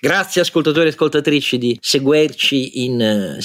Grazie ascoltatori e ascoltatrici di seguirci in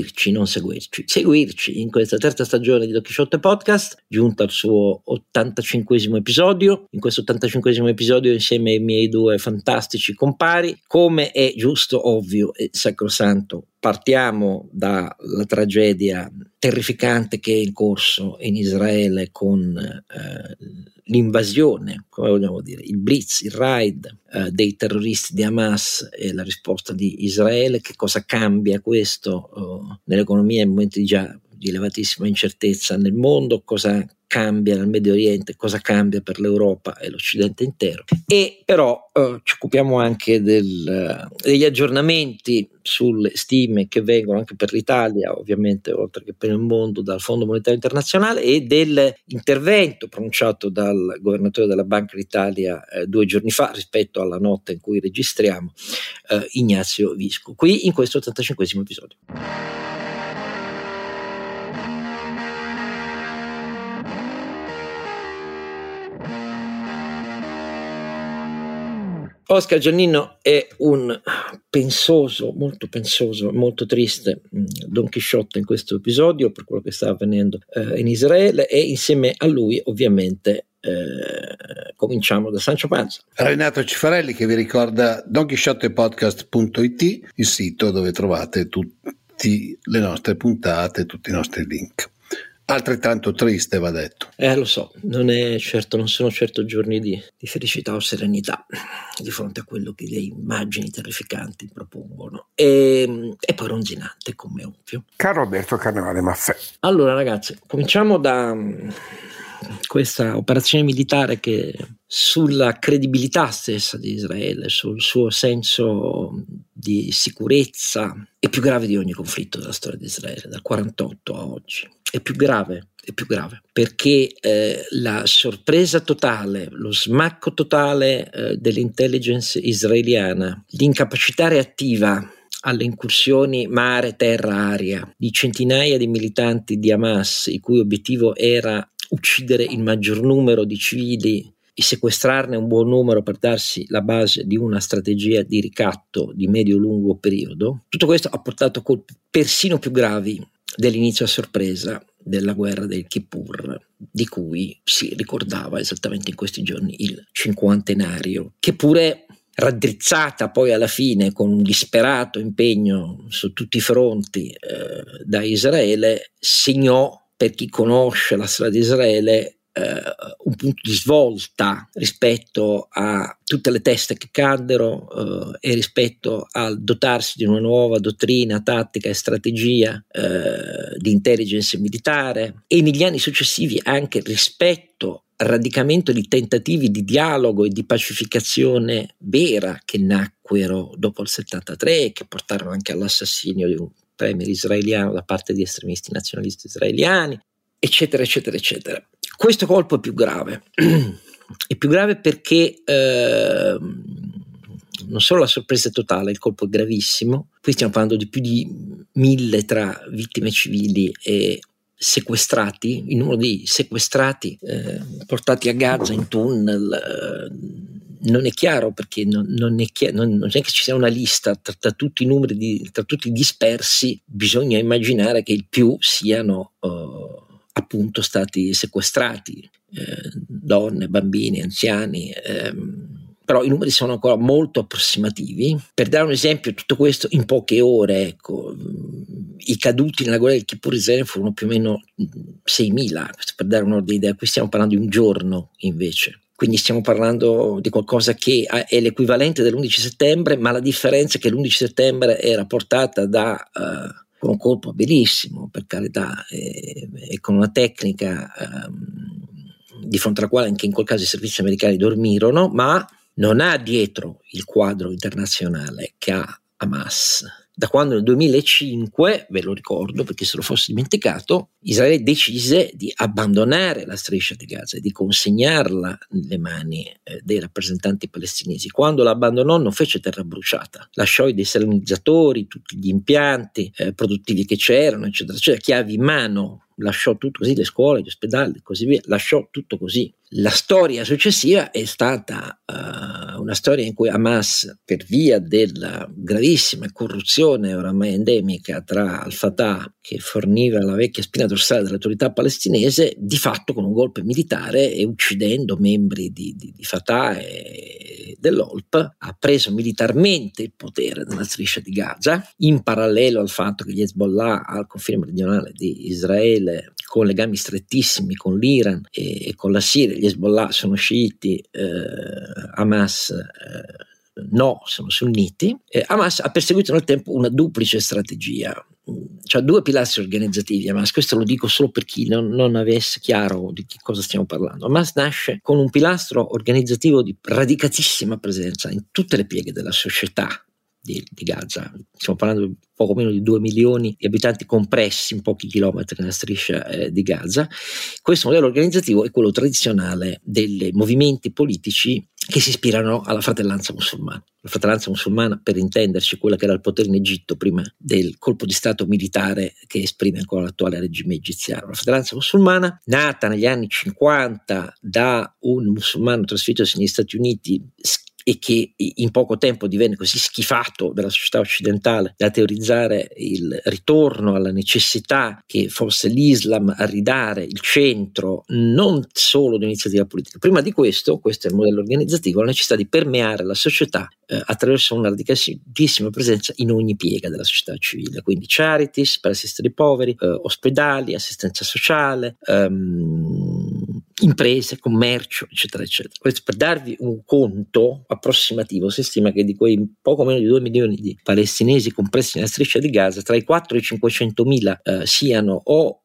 questa terza stagione di Don Chisciotte Podcast, giunta al suo 85esimo episodio. In questo 85esimo episodio, insieme ai miei due fantastici compari, come è giusto, ovvio e sacrosanto, partiamo dalla tragedia terrificante che è in corso in Israele con l'invasione, come vogliamo dire, il blitz, il raid dei terroristi di Hamas e la risposta di Israele. Che cosa cambia questo nell'economia in momenti già di elevatissima incertezza nel mondo, cosa cambia nel Medio Oriente, cosa cambia per l'Europa e l'Occidente intero. E però ci occupiamo anche degli aggiornamenti sulle stime che vengono anche per l'Italia, ovviamente, oltre che per il mondo, dal Fondo Monetario Internazionale, e dell'intervento pronunciato dal governatore della Banca d'Italia 2 giorni fa rispetto alla notte in cui registriamo, Ignazio Visco, qui in questo 85esimo episodio. Oscar Giannino è un pensoso, molto triste Don Chisciotte in questo episodio per quello che sta avvenendo in Israele, e insieme a lui ovviamente cominciamo da Sancio Panza. Renato Cifarelli, che vi ricorda donchisciottepodcast.it, il sito dove trovate tutte le nostre puntate, tutti i nostri link. Altrettanto triste, va detto. Lo so, non sono certo giorni di felicità o serenità di fronte a quello che le immagini terrificanti propongono. E poi ronzinante, come ovvio. Caro Alberto Carnevale Maffè. Allora ragazzi, cominciamo da questa operazione militare che sulla credibilità stessa di Israele, sul suo senso di sicurezza, è più grave di ogni conflitto della storia di Israele, dal 48 a oggi. È più grave perché la sorpresa totale, lo smacco totale dell'intelligence israeliana, l'incapacità reattiva alle incursioni mare, terra, aria di centinaia di militanti di Hamas, il cui obiettivo era uccidere il maggior numero di civili e sequestrarne un buon numero per darsi la base di una strategia di ricatto di medio-lungo periodo. Tutto questo ha portato colpi persino più gravi dell'inizio a sorpresa della guerra del Kippur, di cui si ricordava esattamente in questi giorni il cinquantenario, che pure raddrizzata poi alla fine con un disperato impegno su tutti i fronti da Israele, segnò, per chi conosce la storia di Israele, un punto di svolta rispetto a tutte le teste che caddero e rispetto al dotarsi di una nuova dottrina, tattica e strategia di intelligence militare, e negli anni successivi anche rispetto al radicamento di tentativi di dialogo e di pacificazione vera che nacquero dopo il 73 e che portarono anche all'assassinio di un premier israeliano da parte di estremisti nazionalisti israeliani, eccetera eccetera eccetera. Questo colpo è più grave perché non solo la sorpresa è totale, il colpo è gravissimo. Qui stiamo parlando di più di 1000 tra vittime civili e sequestrati. Il numero di sequestrati portati a Gaza in tunnel non è chiaro, perché non è che ci sia una lista tra tutti i numeri tra tutti i dispersi. Bisogna immaginare che il più siano appunto stati sequestrati, donne, bambini, anziani, però i numeri sono ancora molto approssimativi. Per dare un esempio, tutto questo in poche ore, ecco, i caduti nella guerra del Kippur Israele furono più o meno 6.000, per dare un'ordine di idea. Qui stiamo parlando di un giorno invece. Quindi stiamo parlando di qualcosa che è l'equivalente dell'11 settembre, ma la differenza è che l'11 settembre era portata con un colpo abilissimo, per carità, e con una tecnica di fronte alla quale anche in quel caso i servizi americani dormirono, ma non ha dietro il quadro internazionale che ha Hamas. Da quando nel 2005, ve lo ricordo perché se lo fosse dimenticato, Israele decise di abbandonare la striscia di Gaza e di consegnarla nelle mani dei rappresentanti palestinesi. Quando la abbandonò non fece terra bruciata, lasciò i desalinizzatori, tutti gli impianti produttivi che c'erano, eccetera, chiavi in mano, lasciò tutto così, le scuole, gli ospedali, così via, lasciò tutto così. La storia successiva è stata una storia in cui Hamas, per via della gravissima corruzione oramai endemica tra al-Fatah, che forniva la vecchia spina dorsale dell'autorità palestinese, di fatto con un golpe militare e uccidendo membri di Fatah e dell'OLP, ha preso militarmente il potere nella striscia di Gaza, in parallelo al fatto che gli Hezbollah al confine meridionale di Israele, con legami strettissimi con l'Iran e con la Siria, gli Hezbollah sono sciiti, Hamas no, sono sunniti. Hamas ha perseguito nel tempo una duplice strategia, cioè due pilastri organizzativi. Hamas, questo lo dico solo per chi non avesse chiaro di che cosa stiamo parlando. Hamas nasce con un pilastro organizzativo di radicatissima presenza in tutte le pieghe della società di Gaza. Stiamo parlando di poco meno di 2 milioni di abitanti compressi in pochi chilometri nella striscia di Gaza. Questo modello organizzativo è quello tradizionale dei movimenti politici che si ispirano alla fratellanza musulmana. La fratellanza musulmana, per intenderci, quella che era al potere in Egitto prima del colpo di stato militare che esprime ancora l'attuale regime egiziano. La fratellanza musulmana, nata negli anni 50 da un musulmano trasferitosi negli Stati Uniti e che in poco tempo divenne così schifato dalla società occidentale da teorizzare il ritorno alla necessità che fosse l'Islam a ridare il centro non solo dell'iniziativa politica. Prima di questo è il modello organizzativo, la necessità di permeare la società attraverso una radicatissima presenza in ogni piega della società civile, quindi charities per assistere i poveri, ospedali, assistenza sociale, imprese, commercio, eccetera, eccetera. Questo per darvi un conto approssimativo. Si stima che di quei poco meno di 2 milioni di palestinesi compressi nella striscia di Gaza, tra i 4 e i 500.000 siano o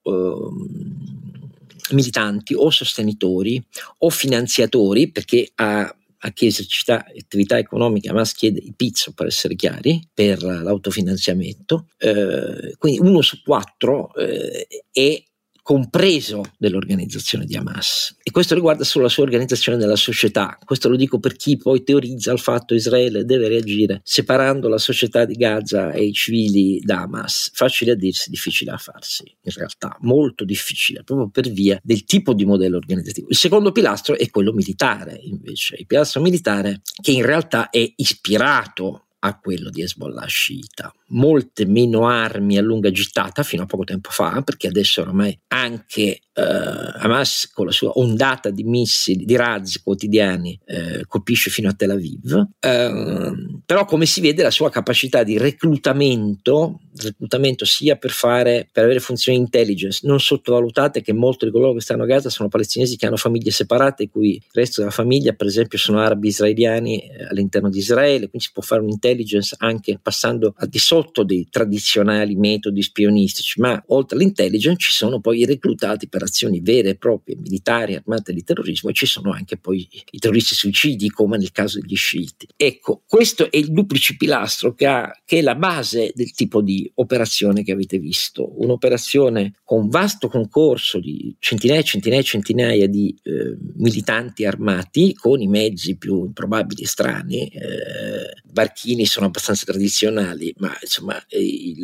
militanti o sostenitori o finanziatori, perché a chi esercita attività economiche Hamas chiede il pizzo, per essere chiari, per l'autofinanziamento, quindi 1 su 4 è compreso dell'organizzazione di Hamas, e questo riguarda solo la sua organizzazione nella società. Questo lo dico per chi poi teorizza il fatto che Israele deve reagire separando la società di Gaza e i civili da Hamas. Facile a dirsi, difficile a farsi, in realtà molto difficile, proprio per via del tipo di modello organizzativo. Il secondo pilastro è quello militare, invece, il pilastro militare che in realtà è ispirato a quello di Hezbollah sciita. Molte meno armi a lunga gittata fino a poco tempo fa, perché adesso ormai anche Hamas con la sua ondata di missili, di razzi quotidiani colpisce fino a Tel Aviv, però come si vede la sua capacità di reclutamento sia per avere funzioni intelligence. Non sottovalutate che molti di coloro che stanno a Gaza sono palestinesi che hanno famiglie separate, cui il resto della famiglia per esempio sono arabi israeliani all'interno di Israele, quindi si può fare un'intelligence anche passando al di sotto dei tradizionali metodi spionistici. Ma oltre all'intelligence ci sono poi i reclutati per azioni vere e proprie, militari, armate di terrorismo, e ci sono anche poi i terroristi suicidi, come nel caso degli sciiti. Ecco, questo è il duplice pilastro che è la base del tipo di operazione che avete visto, un'operazione con vasto concorso di centinaia di militanti armati con i mezzi più improbabili e strani. Barchini sono abbastanza tradizionali, ma insomma i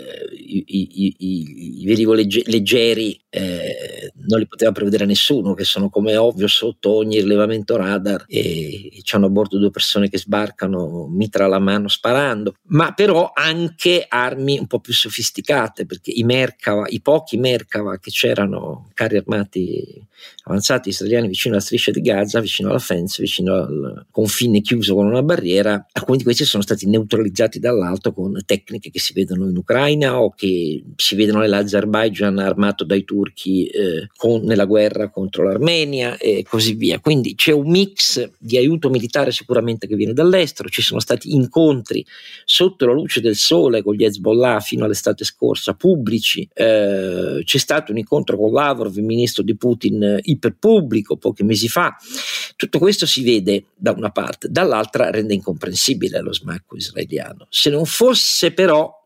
velivoli leggeri non li poteva prevedere nessuno, che sono come ovvio sotto ogni rilevamento radar, e c'hanno a bordo 2 persone che sbarcano mitra alla mano sparando, ma però anche armi un po' più sofisticate, perché i pochi Merkava che c'erano, carri armati avanzati israeliani vicino alla striscia di Gaza, vicino alla fence, vicino al confine chiuso con una barriera, alcuni di questi sono stati neutralizzati dall'alto con tecniche che si vedono in Ucraina o che si vedono nell'Azerbaijan armato dai turchi nella guerra contro l'Armenia e così via. Quindi c'è un mix di aiuto militare sicuramente che viene dall'estero. Ci sono stati incontri sotto la luce del sole con gli Hezbollah fino all'estate scorsa, pubblici. C'è stato un incontro con Lavrov, il ministro di Putin, iperpubblico pochi mesi fa. Tutto questo si vede da una parte, dall'altra rende incomprensibile lo smacco israeliano. Se non fosse però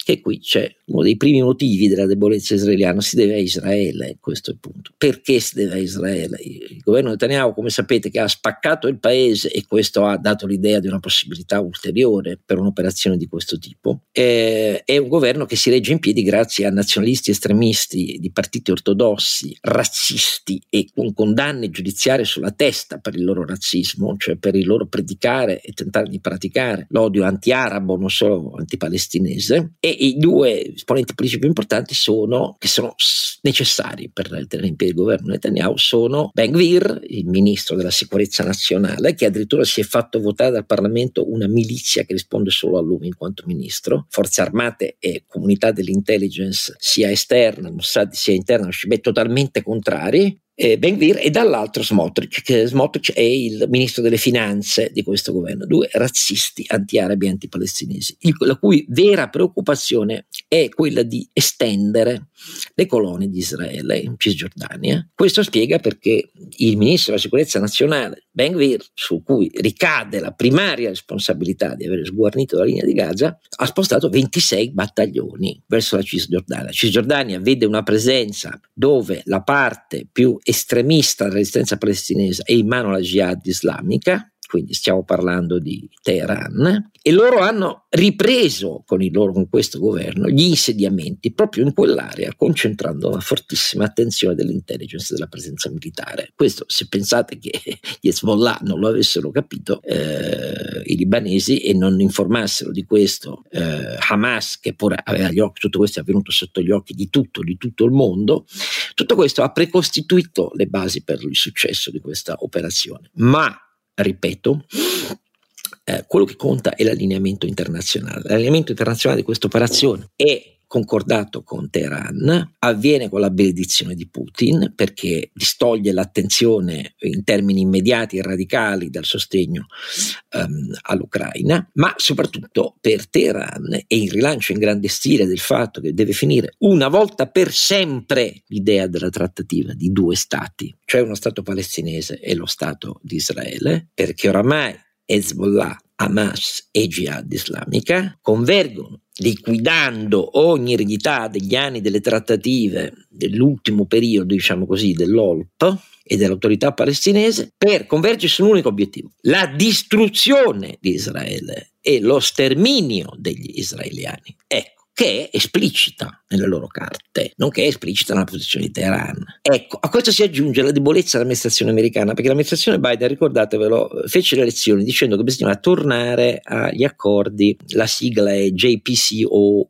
che qui c'è uno dei primi motivi della debolezza israeliana, si deve a Israele, questo è il punto. Perché si deve a Israele? Il governo Netanyahu, come sapete, che ha spaccato il paese, e questo ha dato l'idea di una possibilità ulteriore per un'operazione di questo tipo, è un governo che si regge in piedi grazie a nazionalisti estremisti di partiti ortodossi, razzisti e con condanne giudiziarie sulla testa per il loro razzismo, cioè per il loro predicare e tentare di praticare l'odio anti-arabo, non solo antipalestinese. E i due esponenti politici più importanti che sono necessari per tenere in piedi il governo Netanyahu sono Ben Gvir, il ministro della sicurezza nazionale, che addirittura si è fatto votare dal Parlamento una milizia che risponde solo a lui in quanto ministro, forze armate e comunità dell'intelligence sia esterna, Mossad sia interna, totalmente contrari. Ben Gvir, e dall'altro Smotrich è il ministro delle finanze di questo governo, due razzisti anti-arabi e anti-palestinesi, la cui vera preoccupazione è quella di estendere le colonie di Israele in Cisgiordania. Questo spiega perché il ministro della sicurezza nazionale Ben Gvir, su cui ricade la primaria responsabilità di aver sguarnito la linea di Gaza, ha spostato 26 battaglioni verso la Cisgiordania. La Cisgiordania vede una presenza dove la parte più estremista della resistenza palestinese è in mano alla Jihad islamica, quindi stiamo parlando di Teheran, e loro hanno ripreso con questo governo gli insediamenti proprio in quell'area, concentrando una fortissima attenzione dell'intelligence e della presenza militare. Questo, se pensate che gli Hezbollah non lo avessero capito, i libanesi, e non informassero di questo Hamas, che pure aveva gli occhi, tutto questo è avvenuto sotto gli occhi di tutto il mondo, tutto questo ha precostituito le basi per il successo di questa operazione. Ma ripeto, quello che conta è l'allineamento internazionale. L'allineamento internazionale di questa operazione è concordato con Teheran, avviene con la benedizione di Putin, perché distoglie l'attenzione in termini immediati e radicali dal sostegno all'Ucraina, ma soprattutto per Teheran è il rilancio in grande stile del fatto che deve finire una volta per sempre l'idea della trattativa di due stati, cioè uno stato palestinese e lo stato di Israele, perché oramai Hezbollah, Hamas e Jihad islamica convergono, liquidando ogni eredità degli anni delle trattative dell'ultimo periodo, diciamo così, dell'OLP e dell'autorità palestinese, per convergere su un unico obiettivo: la distruzione di Israele e lo sterminio degli israeliani. Ecco, che è esplicita nelle loro carte, nonché è esplicita nella posizione di Teheran. Ecco, a questo si aggiunge la debolezza dell'amministrazione americana, perché l'amministrazione Biden, ricordatevelo, fece le elezioni dicendo che bisognava tornare agli accordi, la sigla è JCPOA,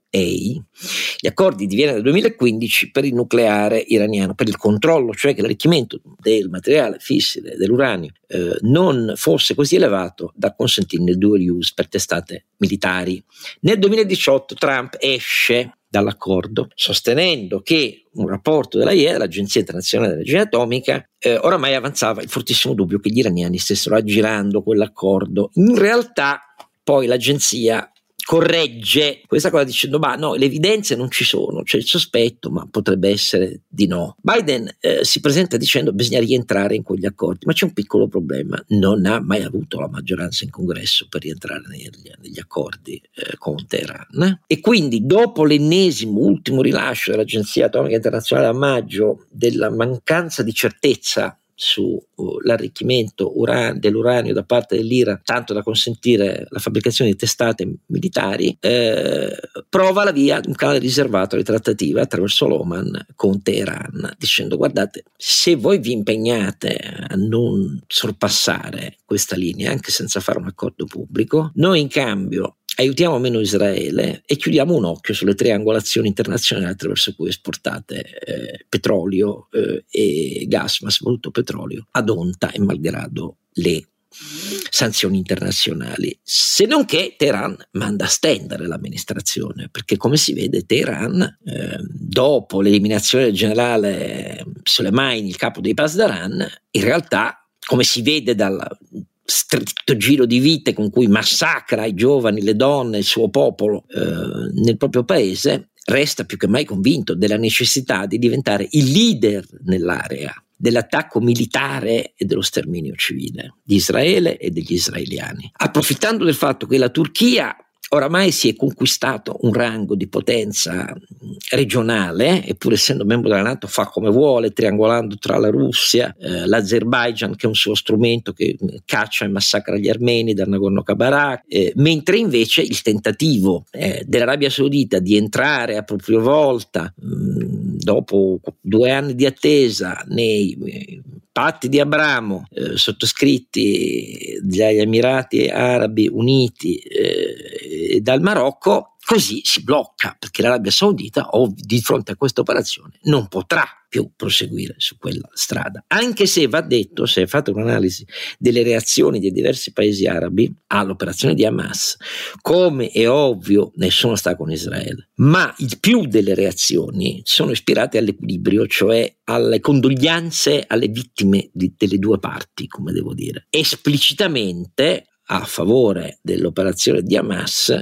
gli accordi di Vienna del 2015 per il nucleare iraniano, per il controllo, cioè che l'arricchimento del materiale fissile dell'uranio non fosse così elevato da consentire il dual use per testate militari. Nel 2018 Trump esce dall'accordo sostenendo che un rapporto dell'AIEA, l'Agenzia Internazionale dell'Energia Atomica, oramai avanzava il fortissimo dubbio che gli iraniani stessero aggirando quell'accordo. In realtà poi l'agenzia corregge questa cosa dicendo: ma no, le evidenze non ci sono, c'è il sospetto, ma potrebbe essere di no. Biden si presenta dicendo: bisogna rientrare in quegli accordi, ma c'è un piccolo problema: non ha mai avuto la maggioranza in congresso per rientrare negli accordi con Teheran, e quindi dopo l'ennesimo ultimo rilascio dell'Agenzia Atomica Internazionale a maggio della mancanza di certezza sull'arricchimento dell'uranio da parte dell'Iran, tanto da consentire la fabbricazione di testate militari, prova la via, un canale riservato alle trattative attraverso l'Oman con Teheran, dicendo: guardate, se voi vi impegnate a non sorpassare questa linea anche senza fare un accordo pubblico, noi in cambio aiutiamo meno Israele e chiudiamo un occhio sulle triangolazioni internazionali attraverso cui esportate petrolio e gas, ma soprattutto petrolio, ad onta e malgrado le sanzioni internazionali. Se non che Teheran manda a stendere l'amministrazione, perché come si vede Teheran, dopo l'eliminazione del generale Soleimani, il capo dei Pasdaran, in realtà, come si vede dal stretto giro di vite con cui massacra i giovani, le donne, il suo popolo nel proprio paese, resta più che mai convinto della necessità di diventare il leader nell'area dell'attacco militare e dello sterminio civile di Israele e degli israeliani, approfittando del fatto che la Turchia oramai si è conquistato un rango di potenza regionale, e pur essendo membro della NATO fa come vuole, triangolando tra la Russia, l'Azerbaigian, che è un suo strumento che caccia e massacra gli armeni dal Nagorno-Karabakh, mentre invece il tentativo dell'Arabia Saudita di entrare a propria volta, dopo 2 anni di attesa, nei patti di Abramo sottoscritti dagli Emirati Arabi Uniti e dal Marocco, così si blocca, perché l'Arabia Saudita di fronte a questa operazione non potrà più proseguire su quella strada, anche se va detto, se è fatta un'analisi delle reazioni dei diversi paesi arabi all'operazione di Hamas, come è ovvio nessuno sta con Israele, ma il più delle reazioni sono ispirate all'equilibrio, cioè alle condoglianze alle vittime delle due parti, come devo dire, esplicitamente a favore dell'operazione di Hamas.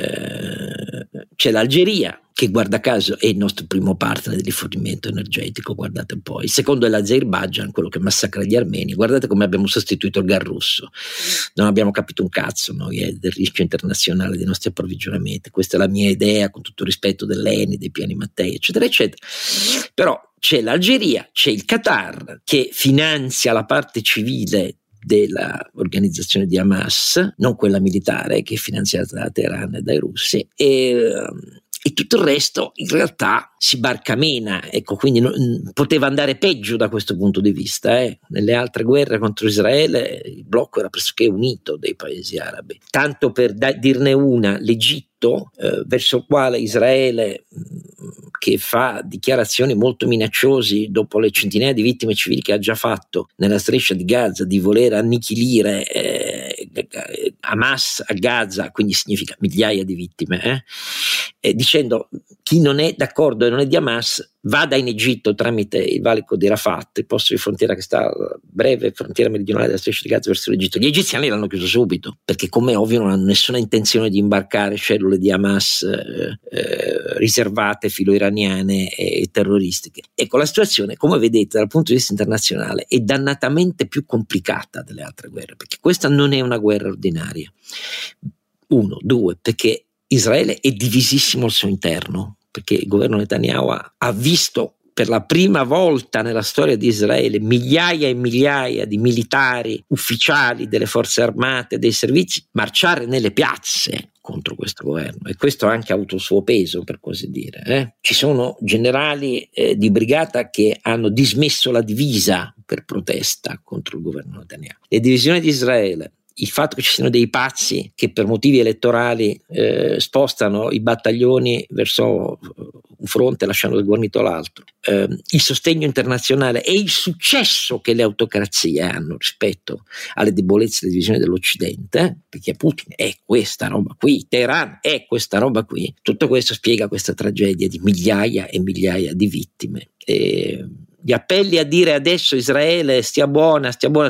C'è l'Algeria, che guarda caso è il nostro primo partner di rifornimento energetico, guardate un po'. Il secondo è l'Azerbaigian, quello che massacra gli armeni. Guardate come abbiamo sostituito il gas russo. Non abbiamo capito un cazzo noi del rischio internazionale dei nostri approvvigionamenti. Questa è la mia idea, con tutto il rispetto dell'ENI, dei piani Mattei, eccetera, eccetera. Però c'è l'Algeria, c'è il Qatar, che finanzia la parte civile dell'organizzazione di Hamas, non quella militare, che è finanziata da Teheran e dai russi, e tutto il resto in realtà si barcamena, ecco, quindi poteva andare peggio da questo punto di vista. Nelle altre guerre contro Israele il blocco era pressoché unito dei paesi arabi. Tanto per dirne una, l'Egitto, verso il quale Israele, che fa dichiarazioni molto minacciosi dopo le centinaia di vittime civili che ha già fatto nella striscia di Gaza, di voler annichilire Hamas a Gaza, quindi significa migliaia di vittime, dicendo chi non è d'accordo e non è di Hamas vada in Egitto tramite il valico di Rafat, il posto di frontiera che sta a breve frontiera meridionale della striscia di Gaza verso l'Egitto. Gli egiziani l'hanno chiuso subito, perché come è ovvio non hanno nessuna intenzione di imbarcare cellule di Hamas riservate, filo-iraniane e terroristiche. Ecco, la situazione, come vedete dal punto di vista internazionale, è dannatamente più complicata delle altre guerre, perché questa non è una guerra ordinaria. 1, 2, perché Israele è divisissimo al suo interno, perché il governo Netanyahu ha visto per la prima volta nella storia di Israele migliaia e migliaia di militari, ufficiali delle forze armate, dei servizi, marciare nelle piazze contro questo governo, e questo ha anche avuto il suo peso, per così dire. Ci sono generali di brigata che hanno dismesso la divisa per protesta contro il governo Netanyahu. Le divisioni di Israele, il fatto che ci siano dei pazzi che per motivi elettorali spostano i battaglioni verso un fronte lasciando sguarnito l'altro, il sostegno internazionale e il successo che le autocrazie hanno rispetto alle debolezze e alle divisioni dell'Occidente, perché Putin è questa roba qui, Teheran è questa roba qui, tutto questo spiega questa tragedia di migliaia e migliaia di vittime. Gli appelli a dire adesso Israele stia buona,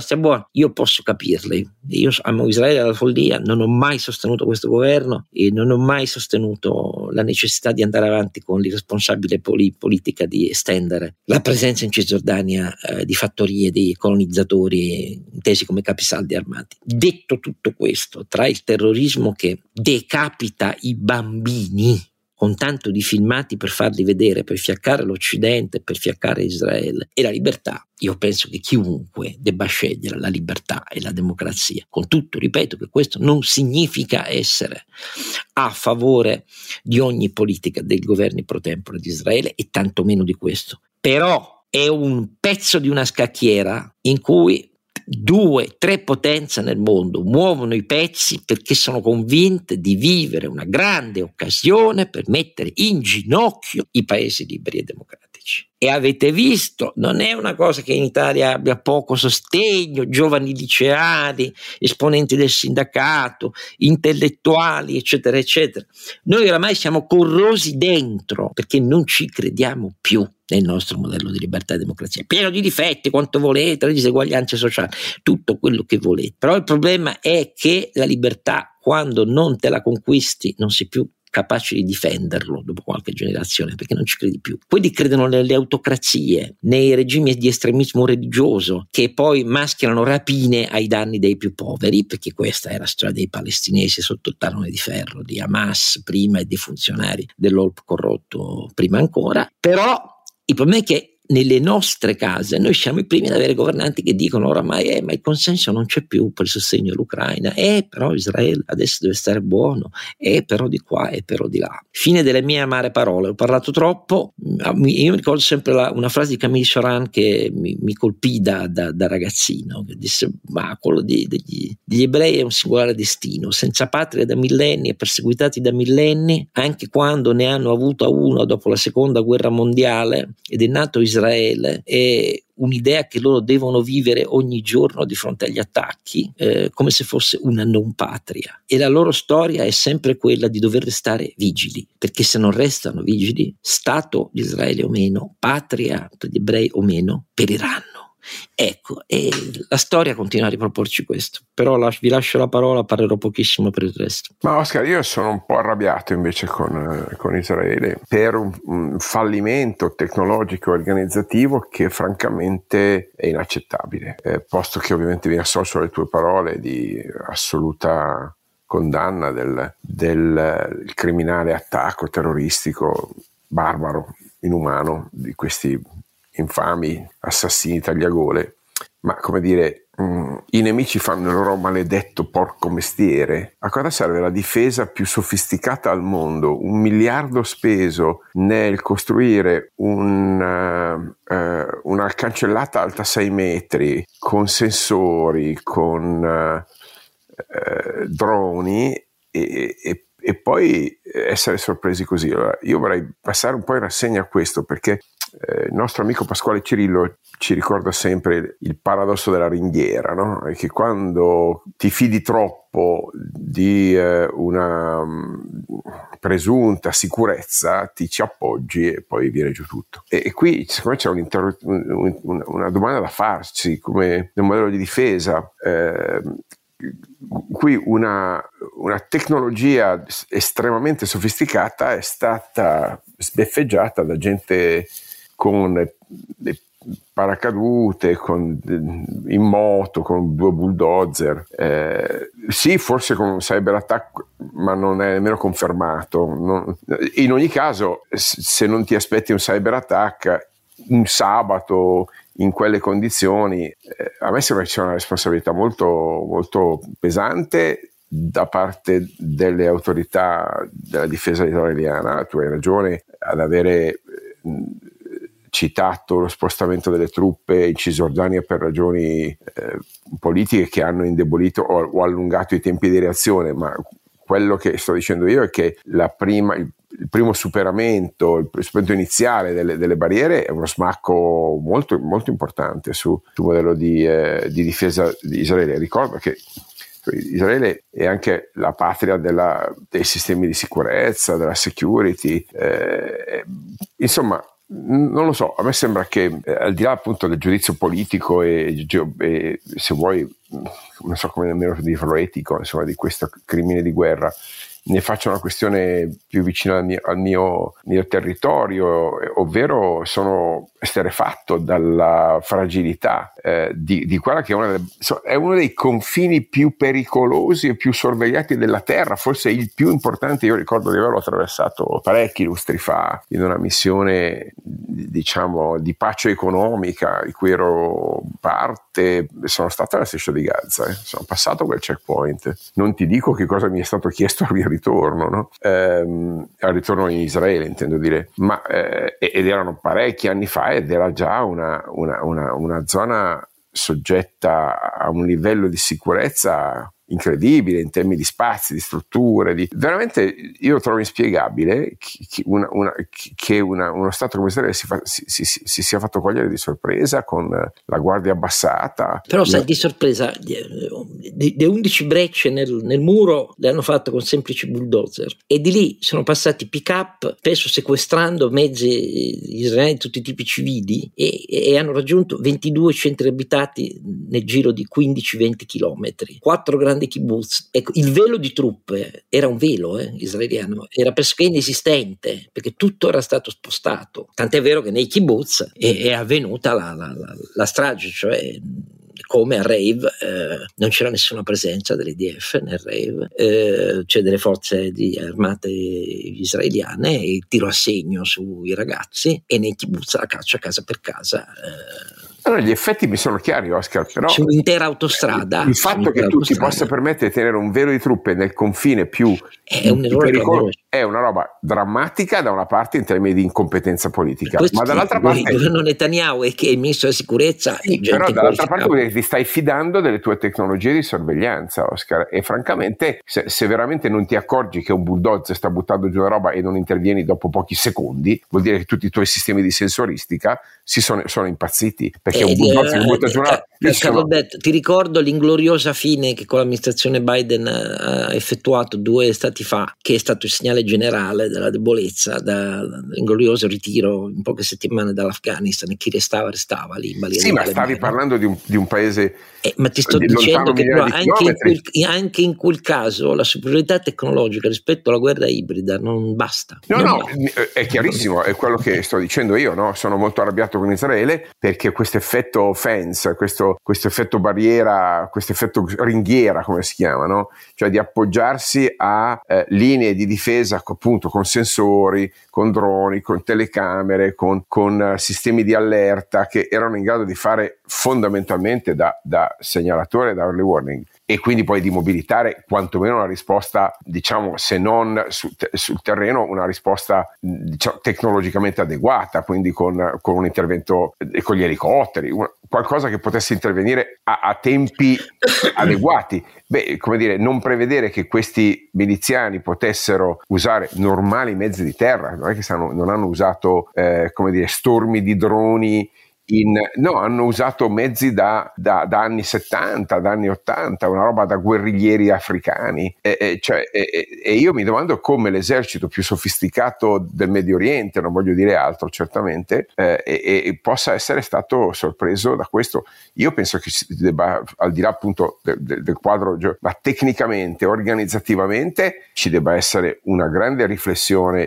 io posso capirli. Io amo Israele alla follia, non ho mai sostenuto questo governo e non ho mai sostenuto la necessità di andare avanti con l'irresponsabile politica di estendere la presenza in Cisgiordania di fattorie di colonizzatori intesi come capisaldi armati. Detto tutto questo, tra il terrorismo che decapita i bambini con tanto di filmati per farli vedere, per fiaccare l'Occidente, per fiaccare Israele, e la libertà, io penso che chiunque debba scegliere la libertà e la democrazia. Con tutto, ripeto, che questo non significa essere a favore di ogni politica dei governi pro tempore di Israele, e tantomeno di questo. Però è un pezzo di una scacchiera in cui 2, 3 potenze nel mondo muovono i pezzi perché sono convinte di vivere una grande occasione per mettere in ginocchio i paesi liberi e democratici. E avete visto, non è una cosa che in Italia abbia poco sostegno, giovani liceali, esponenti del sindacato, intellettuali, eccetera, eccetera. Noi oramai siamo corrosi dentro perché non ci crediamo più nel nostro modello di libertà e democrazia, pieno di difetti, quanto volete, le diseguaglianze sociali, tutto quello che volete. Però il problema è che la libertà, quando non te la conquisti, non sei più capaci di difenderlo dopo qualche generazione, perché non ci credi più. Quelli credono nelle autocrazie, nei regimi di estremismo religioso, che poi mascherano rapine ai danni dei più poveri, perché questa è la storia dei palestinesi sotto il tallone di ferro di Hamas prima e dei funzionari dell'OLP corrotto prima ancora. Però il problema è che nelle nostre case noi siamo i primi ad avere governanti che dicono oramai ma il consenso non c'è più per il sostegno all'Ucraina, però Israele adesso deve stare buono, però di qua e però di là. Fine delle mie amare parole, ho parlato troppo. Io mi ricordo sempre una frase di Camille Choran che mi colpì da ragazzino, che disse: ma quello degli ebrei è un singolare destino, senza patria da millenni e perseguitati da millenni, anche quando ne hanno avuta una dopo la seconda guerra mondiale ed è nato Israele, è un'idea che loro devono vivere ogni giorno di fronte agli attacchi come se fosse una non patria, e la loro storia è sempre quella di dover restare vigili, perché se non restano vigili, Stato di Israele o meno, patria per gli ebrei o meno, periranno. Ecco, e la storia continua a riproporci questo, però vi lascio la parola, parlerò pochissimo per il resto. Ma Oscar, io sono un po' arrabbiato invece con Israele per un fallimento tecnologico e organizzativo che francamente è inaccettabile, posto che ovviamente vi associo alle tue parole di assoluta condanna del criminale attacco terroristico barbaro, inumano di questi infami assassini tagliagole. Ma come dire, i nemici fanno il loro maledetto porco mestiere. A cosa serve la difesa più sofisticata al mondo? 1 miliardo speso nel costruire una cancellata alta 6 metri con sensori, con droni e poi essere sorpresi così. Allora, io vorrei passare un po' in rassegna questo, perché il nostro amico Pasquale Cirillo ci ricorda sempre il paradosso della ringhiera, no? E che quando ti fidi troppo di una presunta sicurezza ti ci appoggi e poi viene giù tutto. E qui secondo me c'è una domanda da farci come nel modello di difesa. Qui una tecnologia estremamente sofisticata è stata sbeffeggiata da gente con le paracadute, in moto, con 2 bulldozer, sì, forse con un cyber attack, ma non è nemmeno confermato. In ogni caso, se non ti aspetti un cyber attack un sabato in quelle condizioni, a me sembra che ci sia una responsabilità molto, molto pesante da parte delle autorità della difesa israeliana. Tu hai ragione ad avere citato lo spostamento delle truppe in Cisgiordania per ragioni politiche che hanno indebolito o allungato i tempi di reazione, ma quello che sto dicendo io è che il primo superamento, il superamento iniziale delle barriere è uno smacco molto, molto importante sul modello di difesa di Israele. Ricordo che Israele è anche la patria dei sistemi di sicurezza, della security, insomma. Non lo so, a me sembra che al di là appunto del giudizio politico e se vuoi, non so come nemmeno dirlo, etico, insomma, di questo crimine di guerra, ne faccio una questione più vicina al mio territorio, ovvero sono esterrefatto dalla fragilità di quella che è uno dei confini più pericolosi e più sorvegliati della terra, forse il più importante. Io ricordo di averlo attraversato parecchi lustri fa in una missione, diciamo, di pace economica di cui ero parte. Sono stato alla striscia di Gaza, sono passato quel checkpoint, non ti dico che cosa mi è stato chiesto al mio ritorno, no? Al ritorno in Israele intendo dire, ma ed erano parecchi anni fa ed era già una zona soggetta a un livello di sicurezza incredibile in termini di spazi, di strutture, veramente io trovo inspiegabile che uno Stato come Israele si sia fatto cogliere di sorpresa con la guardia abbassata. Però sai, di sorpresa le 11 brecce nel muro le hanno fatte con semplici bulldozer, e di lì sono passati pick-up, spesso sequestrando mezzi israeliani di tutti i tipi civili, e hanno raggiunto 22 centri abitati nel giro di 15-20 chilometri, 4 grandi dei kibbutz. Ecco, il velo di truppe era un velo israeliano, era pressoché inesistente perché tutto era stato spostato. Tant'è vero che nei kibbutz è avvenuta la strage, cioè come a Rave non c'era nessuna presenza dell'IDF nel Rave, c'è delle forze armate israeliane e tiro a segno sui ragazzi, e nei kibbutz la caccia casa per casa. Allora, gli effetti mi sono chiari, Oscar, però sull'intera autostrada. Il fatto che tu ti possa permettere di tenere un velo di truppe nel confine più è un errore pericoloso, è una roba drammatica da una parte in termini di incompetenza politica, questo ma dall'altra parte il governo Netanyahu e che il ministro della sicurezza sì, però dall'altra parte ti stai fidando delle tue tecnologie di sorveglianza, Oscar, e francamente se veramente non ti accorgi che un bulldozer sta buttando giù la roba e non intervieni dopo pochi secondi, vuol dire che tutti i tuoi sistemi di sensoristica sono impazziti, perché un bulldozer che butta giù una Carlo Alberto, ti ricordo l'ingloriosa fine che con l'amministrazione Biden ha effettuato 2 stati fa, che è stato il segnale generale della debolezza, dall'inglorioso ritiro in poche settimane dall'Afghanistan, e chi restava lì in balia. Sì, ma stavi parlando di un paese ma ti sto dicendo che però anche in quel caso la superiorità tecnologica rispetto alla guerra ibrida non basta. No, è chiarissimo, è quello che sto dicendo io, no? Sono molto arrabbiato con Israele perché questo effetto fence, questo effetto barriera, questo effetto ringhiera, come si chiama, no? Cioè di appoggiarsi a linee di difesa appunto con sensori, con droni, con telecamere, con sistemi di allerta che erano in grado di fare fondamentalmente da segnalatore, da early warning, e quindi poi di mobilitare quantomeno una risposta, diciamo, se non sul terreno, una risposta, diciamo, tecnologicamente adeguata, quindi con un intervento con gli elicotteri, qualcosa che potesse intervenire a tempi adeguati. Come dire, non prevedere che questi miliziani potessero usare normali mezzi di terra, non è che non hanno usato stormi di droni. No, hanno usato mezzi da anni 70, da anni 80, una roba da guerriglieri africani, e io mi domando come l'esercito più sofisticato del Medio Oriente, non voglio dire altro certamente, e possa essere stato sorpreso da questo. Io penso che si debba, al di là appunto del quadro, ma tecnicamente, organizzativamente ci debba essere una grande riflessione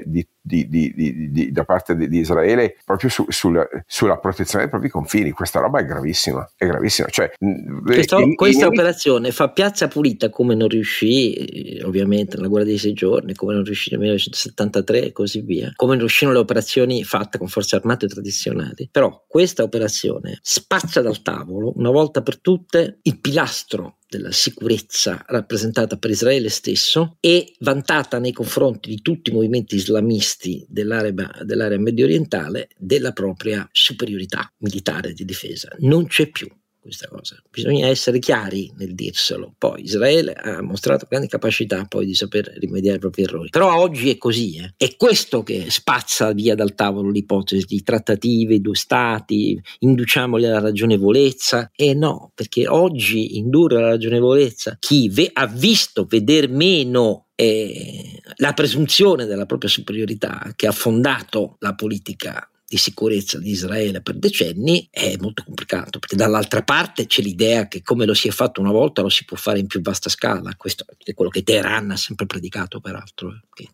da parte di Israele proprio sulla protezione dei propri confini. Questa roba è gravissima. Cioè, questa operazione fa piazza pulita come non riuscì ovviamente nella guerra dei 6 giorni, come non riuscì nel 1973 e così via, come non riuscirono le operazioni fatte con forze armate tradizionali. Però questa operazione spazza dal tavolo una volta per tutte il pilastro della sicurezza rappresentata per Israele stesso e vantata nei confronti di tutti i movimenti islamisti dell'area medio orientale della propria superiorità militare di difesa. Non c'è più questa cosa, bisogna essere chiari nel dirselo. Poi Israele ha mostrato grandi capacità poi di saper rimediare ai propri errori, però oggi è così, è questo che spazza via dal tavolo l'ipotesi di trattative, 2 stati, induciamoli alla ragionevolezza. No, perché oggi indurre alla ragionevolezza chi ha visto veder meno la presunzione della propria superiorità, che ha fondato la politica di sicurezza di Israele per decenni, è molto complicato, perché dall'altra parte c'è l'idea che come lo si è fatto una volta lo si può fare in più vasta scala. Questo è quello che Teheran ha sempre predicato, peraltro, che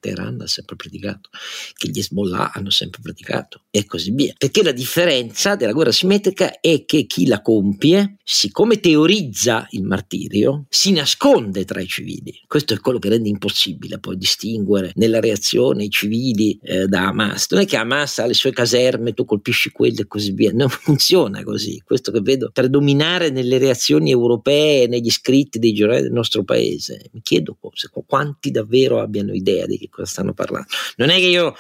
gli Hezbollah hanno sempre predicato e così via. Perché la differenza della guerra asimmetrica è che chi la compie, siccome teorizza il martirio, si nasconde tra i civili. Questo è quello che rende impossibile poi distinguere nella reazione i civili da Hamas. Non è che Hamas ha le sue caserme, tu colpisci quello e così via, non funziona così. Questo che vedo predominare nelle reazioni europee, negli scritti dei giornali del nostro paese, mi chiedo quanti davvero abbiano idea di che cosa stanno parlando. Non è che io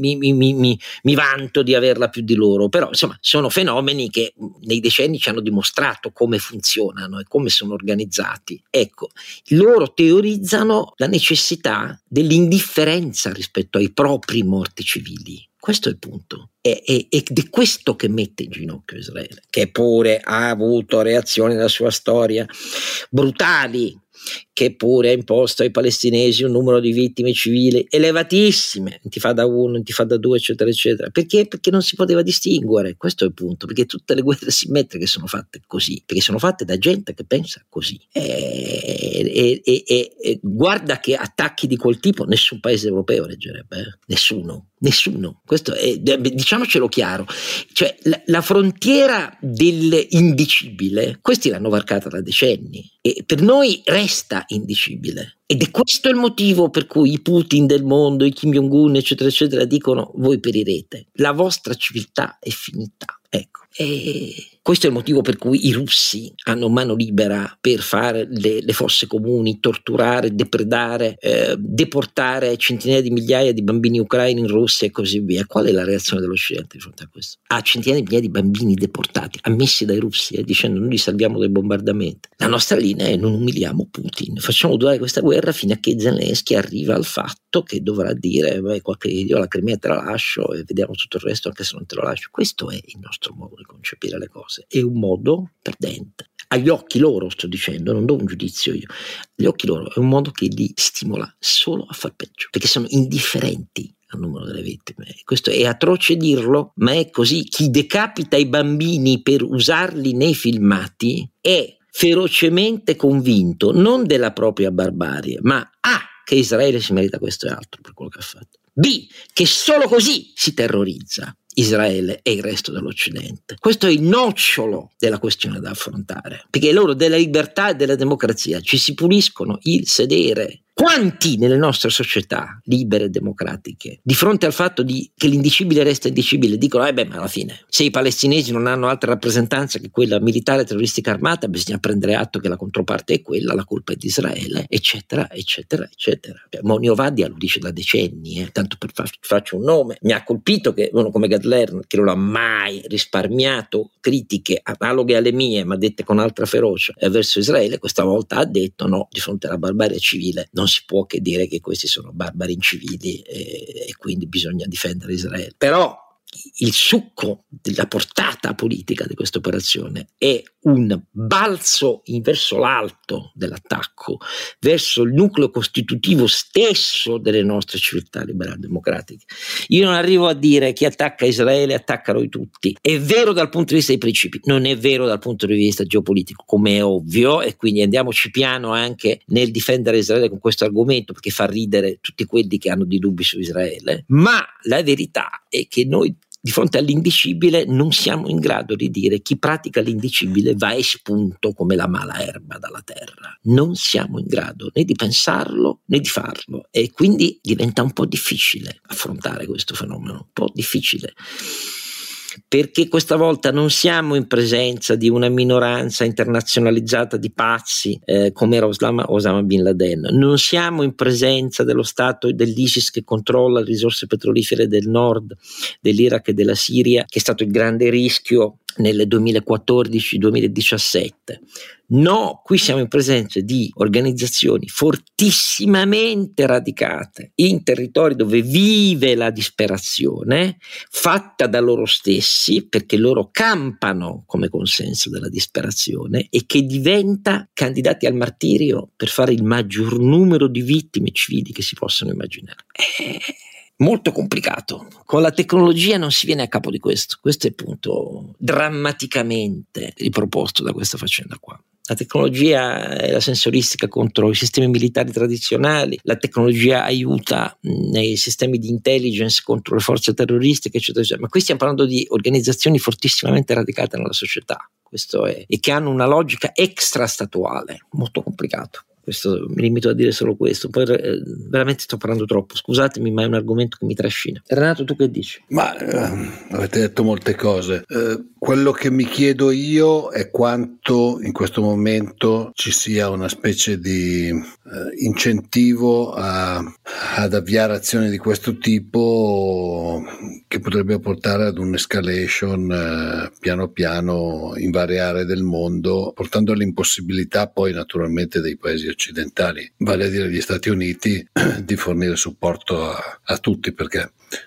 mi vanto di averla più di loro, però insomma sono fenomeni che nei decenni ci hanno dimostrato come funzionano e come sono organizzati. Ecco, loro teorizzano la necessità dell'indifferenza rispetto ai propri morti civili. Questo è il punto. Ed è questo che mette in ginocchio Israele, che pure ha avuto reazioni nella sua storia brutali, che pure ha imposto ai palestinesi un numero di vittime civili elevatissime, intifada 1, intifada 2, eccetera eccetera. Perché non si poteva distinguere, questo è il punto, perché tutte le guerre simmetriche sono fatte così, perché sono fatte da gente che pensa così, e guarda che attacchi di quel tipo nessun paese europeo reggerebbe, nessuno, questo è, diciamocelo chiaro, cioè la frontiera dell'indicibile questi l'hanno varcata da decenni e per noi resta indicibile, ed è questo il motivo per cui i Putin del mondo, i Kim Jong-un eccetera eccetera dicono: voi perirete, la vostra civiltà è finita. Ecco, e questo è il motivo per cui i russi hanno mano libera per fare le fosse comuni, torturare, depredare, deportare centinaia di migliaia di bambini ucraini in Russia e così via. Qual è la reazione dell'Occidente di fronte a questo? Centinaia di migliaia di bambini deportati, ammessi dai russi, dicendo: noi li salviamo dai bombardamenti. La nostra linea è: non umiliamo Putin, facciamo durare questa guerra fino a che Zelensky arriva al fatto che dovrà dire: io la Crimea te la lascio e vediamo tutto il resto anche se non te lo lascio. Questo è il nostro modo di concepire le cose, è un modo perdente. Agli occhi loro sto dicendo, non do un giudizio io, agli occhi loro è un modo che li stimola solo a far peggio, perché sono indifferenti al numero delle vittime. Questo è atroce dirlo, ma è così. Chi decapita i bambini per usarli nei filmati è ferocemente convinto non della propria barbarie, ma che Israele si merita questo e altro per quello che ha fatto, B, che solo così si terrorizza Israele e il resto dell'Occidente. Questo è il nocciolo della questione da affrontare, perché loro della libertà e della democrazia ci si puliscono il sedere. Quanti nelle nostre società libere e democratiche, di fronte al fatto che l'indicibile resta indicibile, dicono: ma alla fine, se i palestinesi non hanno altra rappresentanza che quella militare terroristica armata, bisogna prendere atto che la controparte è quella, la colpa è di Israele, eccetera, eccetera, eccetera. Monio Vadia lo dice da decenni, tanto per faccio un nome. Mi ha colpito che uno come Gadler, che non ha mai risparmiato critiche analoghe alle mie, ma dette con altra ferocia verso Israele, questa volta ha detto: no, di fronte alla barbarie civile non si può che dire che questi sono barbari incivili e quindi bisogna difendere Israele. Però il succo della portata politica di questa operazione è un balzo verso l'alto dell'attacco, verso il nucleo costitutivo stesso delle nostre civiltà liberali democratiche. Io non arrivo a dire: chi attacca Israele attacca noi tutti. È vero dal punto di vista dei principi, non è vero dal punto di vista geopolitico, come è ovvio, e quindi andiamoci piano anche nel difendere Israele con questo argomento, perché fa ridere tutti quelli che hanno dei dubbi su Israele. Ma la verità è che noi di fronte all'indicibile non siamo in grado di dire: chi pratica l'indicibile va espunto come la mala erba dalla terra. Non siamo in grado né di pensarlo né di farlo, e quindi diventa un po' difficile affrontare questo fenomeno, un po' difficile, perché questa volta non siamo in presenza di una minoranza internazionalizzata di pazzi come era Osama Bin Laden, non siamo in presenza dello Stato dell'ISIS che controlla le risorse petrolifere del nord dell'Iraq e della Siria, che è stato il grande rischio nel 2014-2017. No, qui siamo in presenza di organizzazioni fortissimamente radicate in territori dove vive la disperazione, fatta da loro stessi, perché loro campano come consenso della disperazione, e che diventa candidati al martirio per fare il maggior numero di vittime civili che si possano immaginare. Molto complicato. Con la tecnologia non si viene a capo di questo. Questo è il punto drammaticamente riproposto da questa faccenda qua. La tecnologia è la sensoristica contro i sistemi militari tradizionali, la tecnologia aiuta nei sistemi di intelligence contro le forze terroristiche, eccetera, eccetera. Ma qui stiamo parlando di organizzazioni fortissimamente radicate nella società, questo è, e che hanno una logica extrastatuale, molto complicato. Questo, mi limito a dire solo questo, poi veramente sto parlando troppo, scusatemi, ma è un argomento che mi trascina. Renato, tu che dici? Ma avete detto molte cose. Quello che mi chiedo io è quanto in questo momento ci sia una specie di incentivo ad avviare azioni di questo tipo, che potrebbe portare ad un'escalation piano piano in varie aree del mondo, portando all'impossibilità poi naturalmente dei paesi occidentali, vale a dire gli Stati Uniti, di fornire supporto a tutti, perché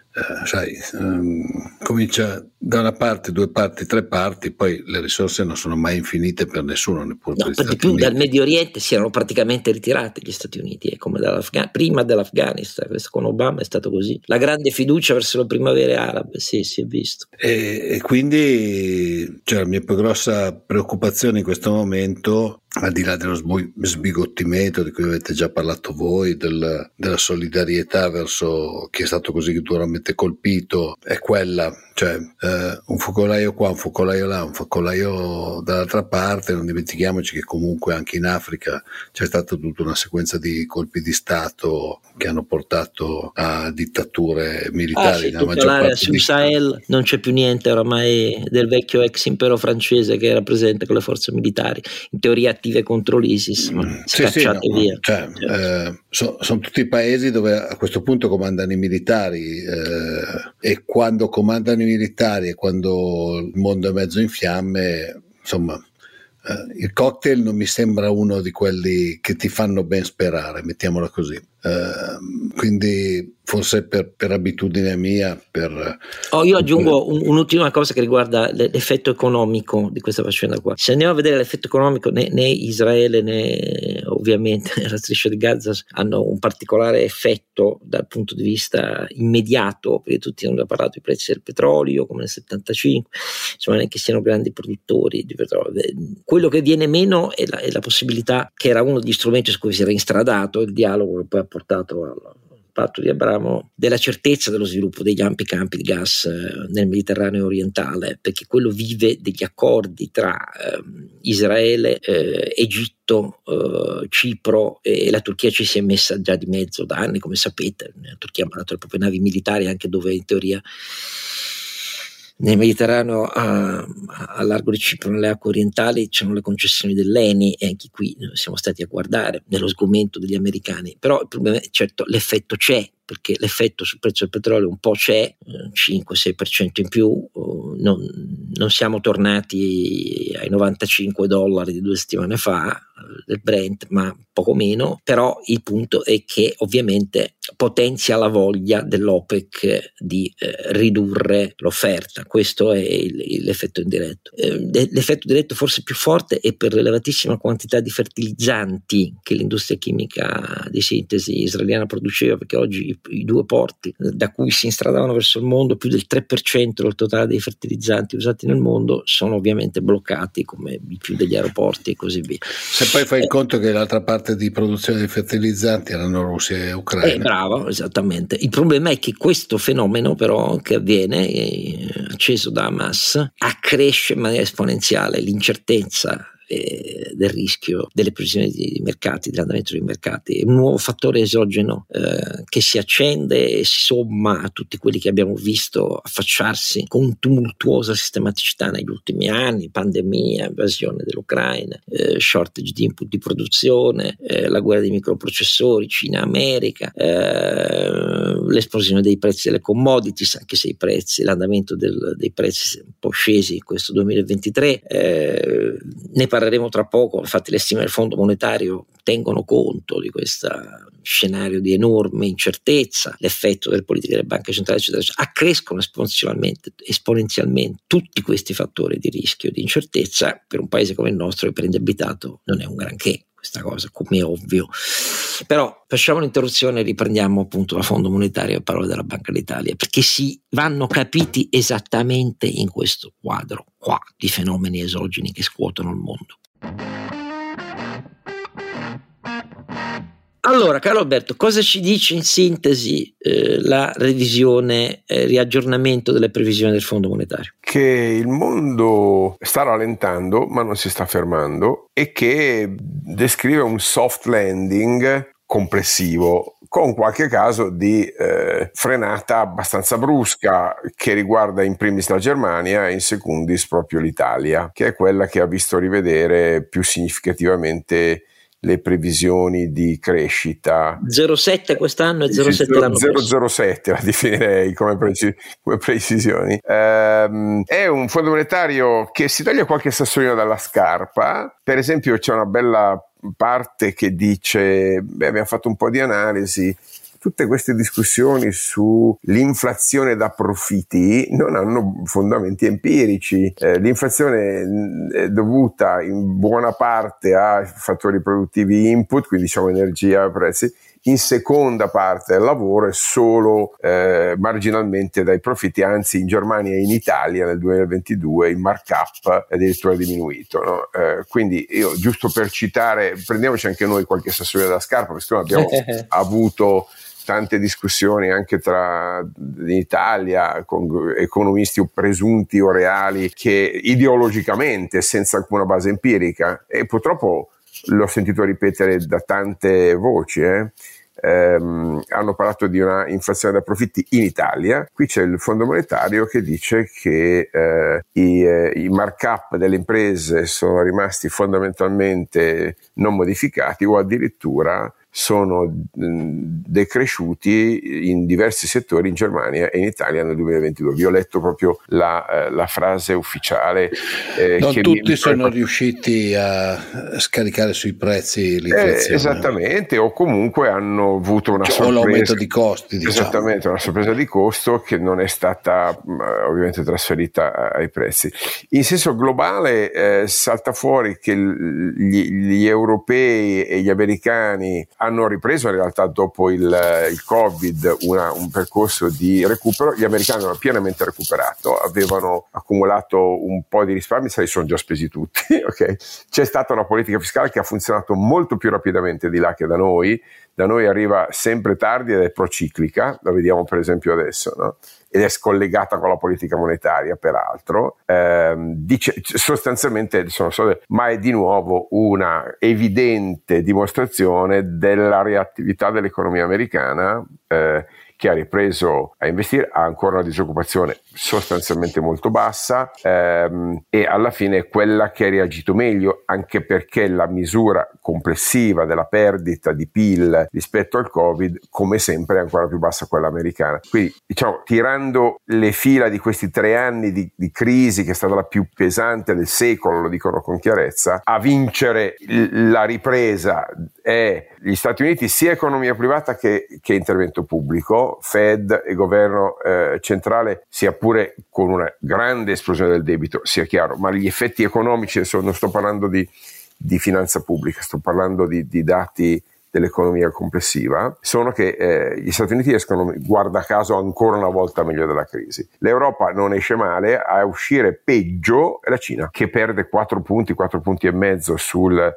sai, comincia da una parte, due parti, tre parti, poi le risorse non sono mai infinite per nessuno, neppure per gli per di Stati più Uniti. Dal Medio Oriente si erano praticamente ritirati gli Stati Uniti, come prima dell'Afghanistan. Questo con Obama è stato così, la grande fiducia verso le primavere arabe, sì, si è visto. E quindi la mia più grossa preoccupazione in questo momento, al di là dello sbigottimento di cui avete già parlato voi, della solidarietà verso chi è stato così duramente colpito, è quella, un focolaio qua, un focolaio là, un focolaio dall'altra parte. Non dimentichiamoci che comunque anche in Africa c'è stata tutta una sequenza di colpi di Stato che hanno portato a dittature militari. Tutta l'area sul Sahel non c'è più niente oramai del vecchio ex impero francese che era presente con le forze militari, in teoria attive contro l'ISIS, ma scacciate via. Sono tutti paesi dove a questo punto comandano i militari, e quando comandano i militari e quando il mondo è mezzo in fiamme, insomma, il cocktail non mi sembra uno di quelli che ti fanno ben sperare, mettiamola così. Quindi forse per abitudine mia, io aggiungo un'ultima cosa che riguarda l'effetto economico di questa faccenda qua. Se andiamo a vedere l'effetto economico, né Israele né ovviamente la striscia di Gaza hanno un particolare effetto dal punto di vista immediato, perché tutti hanno parlato dei prezzi del petrolio come nel 75, insomma, non è che siano grandi produttori di petrolio. Quello che viene meno è la possibilità, che era uno degli strumenti su cui si era instradato il dialogo, che poi ha portato al patto di Abramo, della certezza dello sviluppo degli ampi campi di gas nel Mediterraneo orientale, perché quello vive degli accordi tra Israele, Egitto, Cipro, e la Turchia ci si è messa già di mezzo da anni, come sapete. La Turchia ha mandato le proprie navi militari anche dove in teoria nel Mediterraneo a largo di Cipro, nelle acque orientali, c'erano le concessioni dell'ENI, e anche qui siamo stati a guardare nello sgomento degli americani. Però il problema è, certo, l'effetto c'è, perché l'effetto sul prezzo del petrolio un po' c'è, 5-6% in più, non siamo tornati ai $95 di 2 settimane fa del Brent, ma poco meno. Però il punto è che ovviamente potenzia la voglia dell'OPEC di ridurre l'offerta. Questo è l'effetto indiretto. L'effetto diretto forse più forte è per l'elevatissima quantità di fertilizzanti che l'industria chimica di sintesi israeliana produceva, perché oggi i due porti da cui si instradavano verso il mondo, più del 3% del totale dei fertilizzanti usati nel mondo, sono ovviamente bloccati, come i più degli aeroporti e così via. Se poi fai il conto che l'altra parte di produzione di fertilizzanti erano Russia e Ucraina. Bravo, esattamente. Il problema è che questo fenomeno però che avviene, acceso da Hamas, accresce in maniera esponenziale l'incertezza del rischio delle previsioni di mercati, dell'andamento dei mercati. È un nuovo fattore esogeno che si accende e si somma a tutti quelli che abbiamo visto affacciarsi con tumultuosa sistematicità negli ultimi anni: pandemia, invasione dell'Ucraina, shortage di input di produzione, la guerra dei microprocessori, Cina-America, l'esplosione dei prezzi delle commodities, anche se l'andamento dei prezzi è un po' scesi in questo 2023. Ne parleremo tra poco. Infatti le stime del Fondo Monetario tengono conto di questo scenario di enorme incertezza, l'effetto delle politiche delle banche centrali, eccetera, accrescono esponenzialmente tutti questi fattori di rischio, di incertezza. Per un paese come il nostro, che per indebitato non è un granché questa cosa, come è ovvio. Però facciamo un'interruzione e riprendiamo appunto la Fondo Monetario e parole della Banca d'Italia, perché si vanno capiti esattamente in questo quadro qua di fenomeni esogeni che scuotono il mondo. Allora, caro Alberto, cosa ci dice in sintesi la revisione, riaggiornamento delle previsioni del Fondo Monetario? Che il mondo sta rallentando ma non si sta fermando, e che descrive un soft landing complessivo, con qualche caso di frenata abbastanza brusca che riguarda in primis la Germania e in secundis proprio l'Italia, che è quella che ha visto rivedere più significativamente le previsioni di crescita. 0,7 quest'anno e 0,7 l'anno prossimo. 0,07 la definirei come precisioni. È un fondo monetario che si toglie qualche sassolino dalla scarpa. Per esempio c'è una bella parte che dice, abbiamo fatto un po' di analisi, tutte queste discussioni sull'inflazione da profitti non hanno fondamenti empirici. L'inflazione è dovuta in buona parte a fattori produttivi input, quindi diciamo energia, prezzi, in seconda parte del lavoro e solo marginalmente dai profitti, anzi in Germania e in Italia nel 2022 il markup è addirittura diminuito, no? Quindi io, giusto per citare, prendiamoci anche noi qualche sassolino dalla scarpa, perché noi abbiamo avuto tante discussioni anche in Italia con economisti o presunti o reali che ideologicamente, senza alcuna base empirica, e purtroppo l'ho sentito ripetere da tante voci, hanno parlato di una inflazione da profitti in Italia. Qui c'è il Fondo Monetario che dice che i markup delle imprese sono rimasti fondamentalmente non modificati o addirittura sono decresciuti in diversi settori in Germania e in Italia nel 2022. Vi ho letto proprio la frase ufficiale. Non che tutti sono riusciti a scaricare sui prezzi l'inflazione. Esattamente, o comunque hanno avuto una sorpresa. O l'aumento di costi, diciamo. Esattamente, una sorpresa di costo che non è stata ovviamente trasferita ai prezzi. In senso globale salta fuori che gli europei e gli americani hanno ripreso in realtà dopo il Covid un percorso di recupero. Gli americani hanno pienamente recuperato, avevano accumulato un po' di risparmi, se li sono già spesi tutti. Okay? C'è stata una politica fiscale che ha funzionato molto più rapidamente di là che da noi. Da noi arriva sempre tardi ed è prociclica, la vediamo per esempio adesso, no? Ed è scollegata con la politica monetaria, peraltro. Dice sostanzialmente, ma è di nuovo una evidente dimostrazione della reattività dell'economia americana, che ha ripreso a investire, ha ancora una disoccupazione sostanzialmente molto bassa, e alla fine è quella che ha reagito meglio, anche perché la misura complessiva della perdita di PIL rispetto al Covid, come sempre, è ancora più bassa quella americana. Quindi, diciamo, tirando le fila di questi 3 anni di crisi, che è stata la più pesante del secolo, lo dicono con chiarezza, a vincere la ripresa è gli Stati Uniti, sia economia privata che intervento pubblico, Fed e governo centrale, sia pure con una grande esplosione del debito, sia chiaro, ma gli effetti economici, non sto parlando di finanza pubblica, sto parlando di dati dell'economia complessiva, sono che gli Stati Uniti escono, guarda caso, ancora una volta meglio della crisi. L'Europa non esce male, a uscire peggio è la Cina, che perde 4 punti e mezzo sul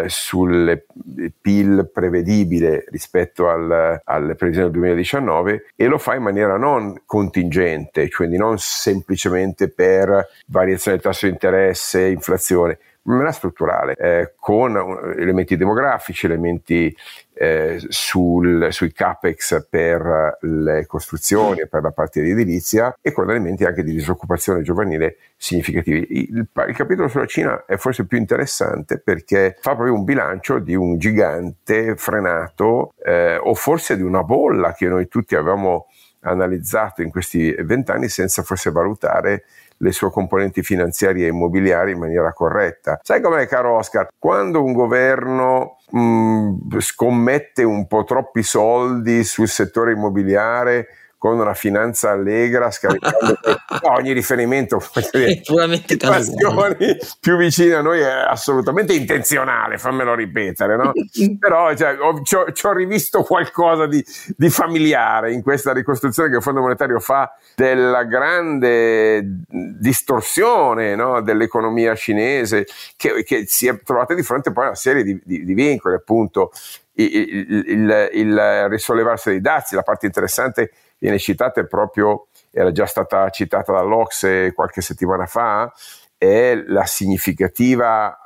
PIL prevedibile rispetto alle previsioni del 2019, e lo fa in maniera non contingente, cioè non semplicemente per variazione del tasso di interesse, inflazione, ma strutturale, con elementi demografici, elementi sui capex per le costruzioni e per la parte di edilizia, e con elementi anche di disoccupazione giovanile significativi. Il capitolo sulla Cina è forse più interessante perché fa proprio un bilancio di un gigante frenato, o forse di una bolla che noi tutti avevamo analizzato in questi 20 anni senza forse valutare le sue componenti finanziarie e immobiliari in maniera corretta. Sai com'è, caro Oscar? Quando un governo scommette un po' troppi soldi sul settore immobiliare con una finanza allegra, scaricando ogni riferimento situazioni più vicine a noi, è assolutamente intenzionale, fammelo ripetere, no? Però ci ho rivisto qualcosa di familiare in questa ricostruzione che il Fondo Monetario fa della grande distorsione, no, dell'economia cinese, che si è trovata di fronte poi a una serie di vincoli, appunto il risollevarsi dei dazi. La parte interessante viene citata, è proprio, era già stata citata dall'Ocse qualche settimana fa, è la significativa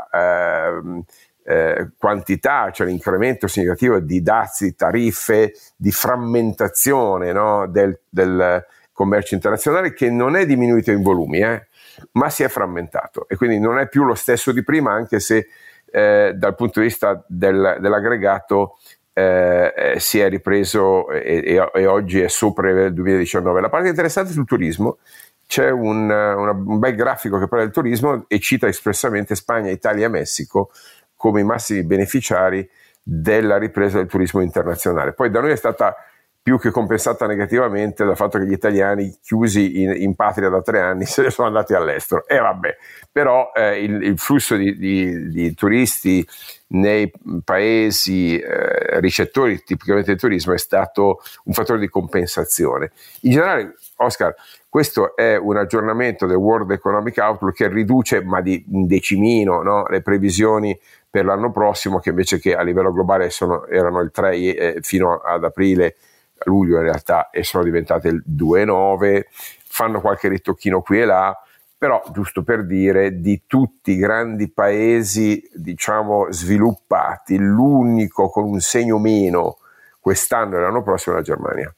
quantità, cioè l'incremento significativo di dazi, di tariffe, di frammentazione, no, del commercio internazionale, che non è diminuito in volumi, ma si è frammentato, e quindi non è più lo stesso di prima, anche se dal punto di vista dell'aggregato si è ripreso e oggi è sopra il 2019. La parte interessante sul turismo, c'è un bel grafico che parla del turismo e cita espressamente Spagna, Italia e Messico come i massimi beneficiari della ripresa del turismo internazionale. Poi da noi è stata più che compensata negativamente dal fatto che gli italiani chiusi in patria da 3 anni se ne sono andati all'estero. E vabbè, però il flusso di turisti nei paesi ricettori tipicamente del turismo è stato un fattore di compensazione. In generale, Oscar, questo è un aggiornamento del World Economic Outlook che riduce, ma di un decimino, no, le previsioni per l'anno prossimo, che invece che a livello globale erano il 3 fino ad aprile, a luglio in realtà, e sono diventate il 2,9, fanno qualche ritocchino qui e là, però giusto per dire, di tutti i grandi paesi diciamo sviluppati, l'unico con un segno meno quest'anno e l'anno prossimo è la Germania.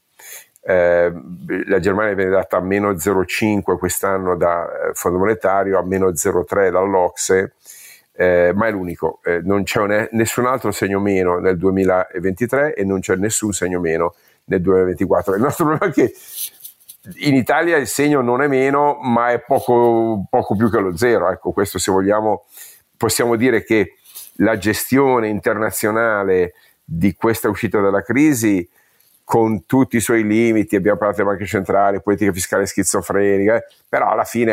La Germania viene data a meno 0,5 quest'anno da Fondo Monetario, a meno 0,3 dall'Ocse, ma è l'unico, non c'è nessun altro segno meno nel 2023 e non c'è nessun segno meno nel 2024. Il nostro problema è che in Italia il segno non è meno, ma è poco più che lo zero. Ecco, questo, se vogliamo, possiamo dire che la gestione internazionale di questa uscita dalla crisi, con tutti i suoi limiti, abbiamo parlato delle banche centrali, politica fiscale schizofrenica, però alla fine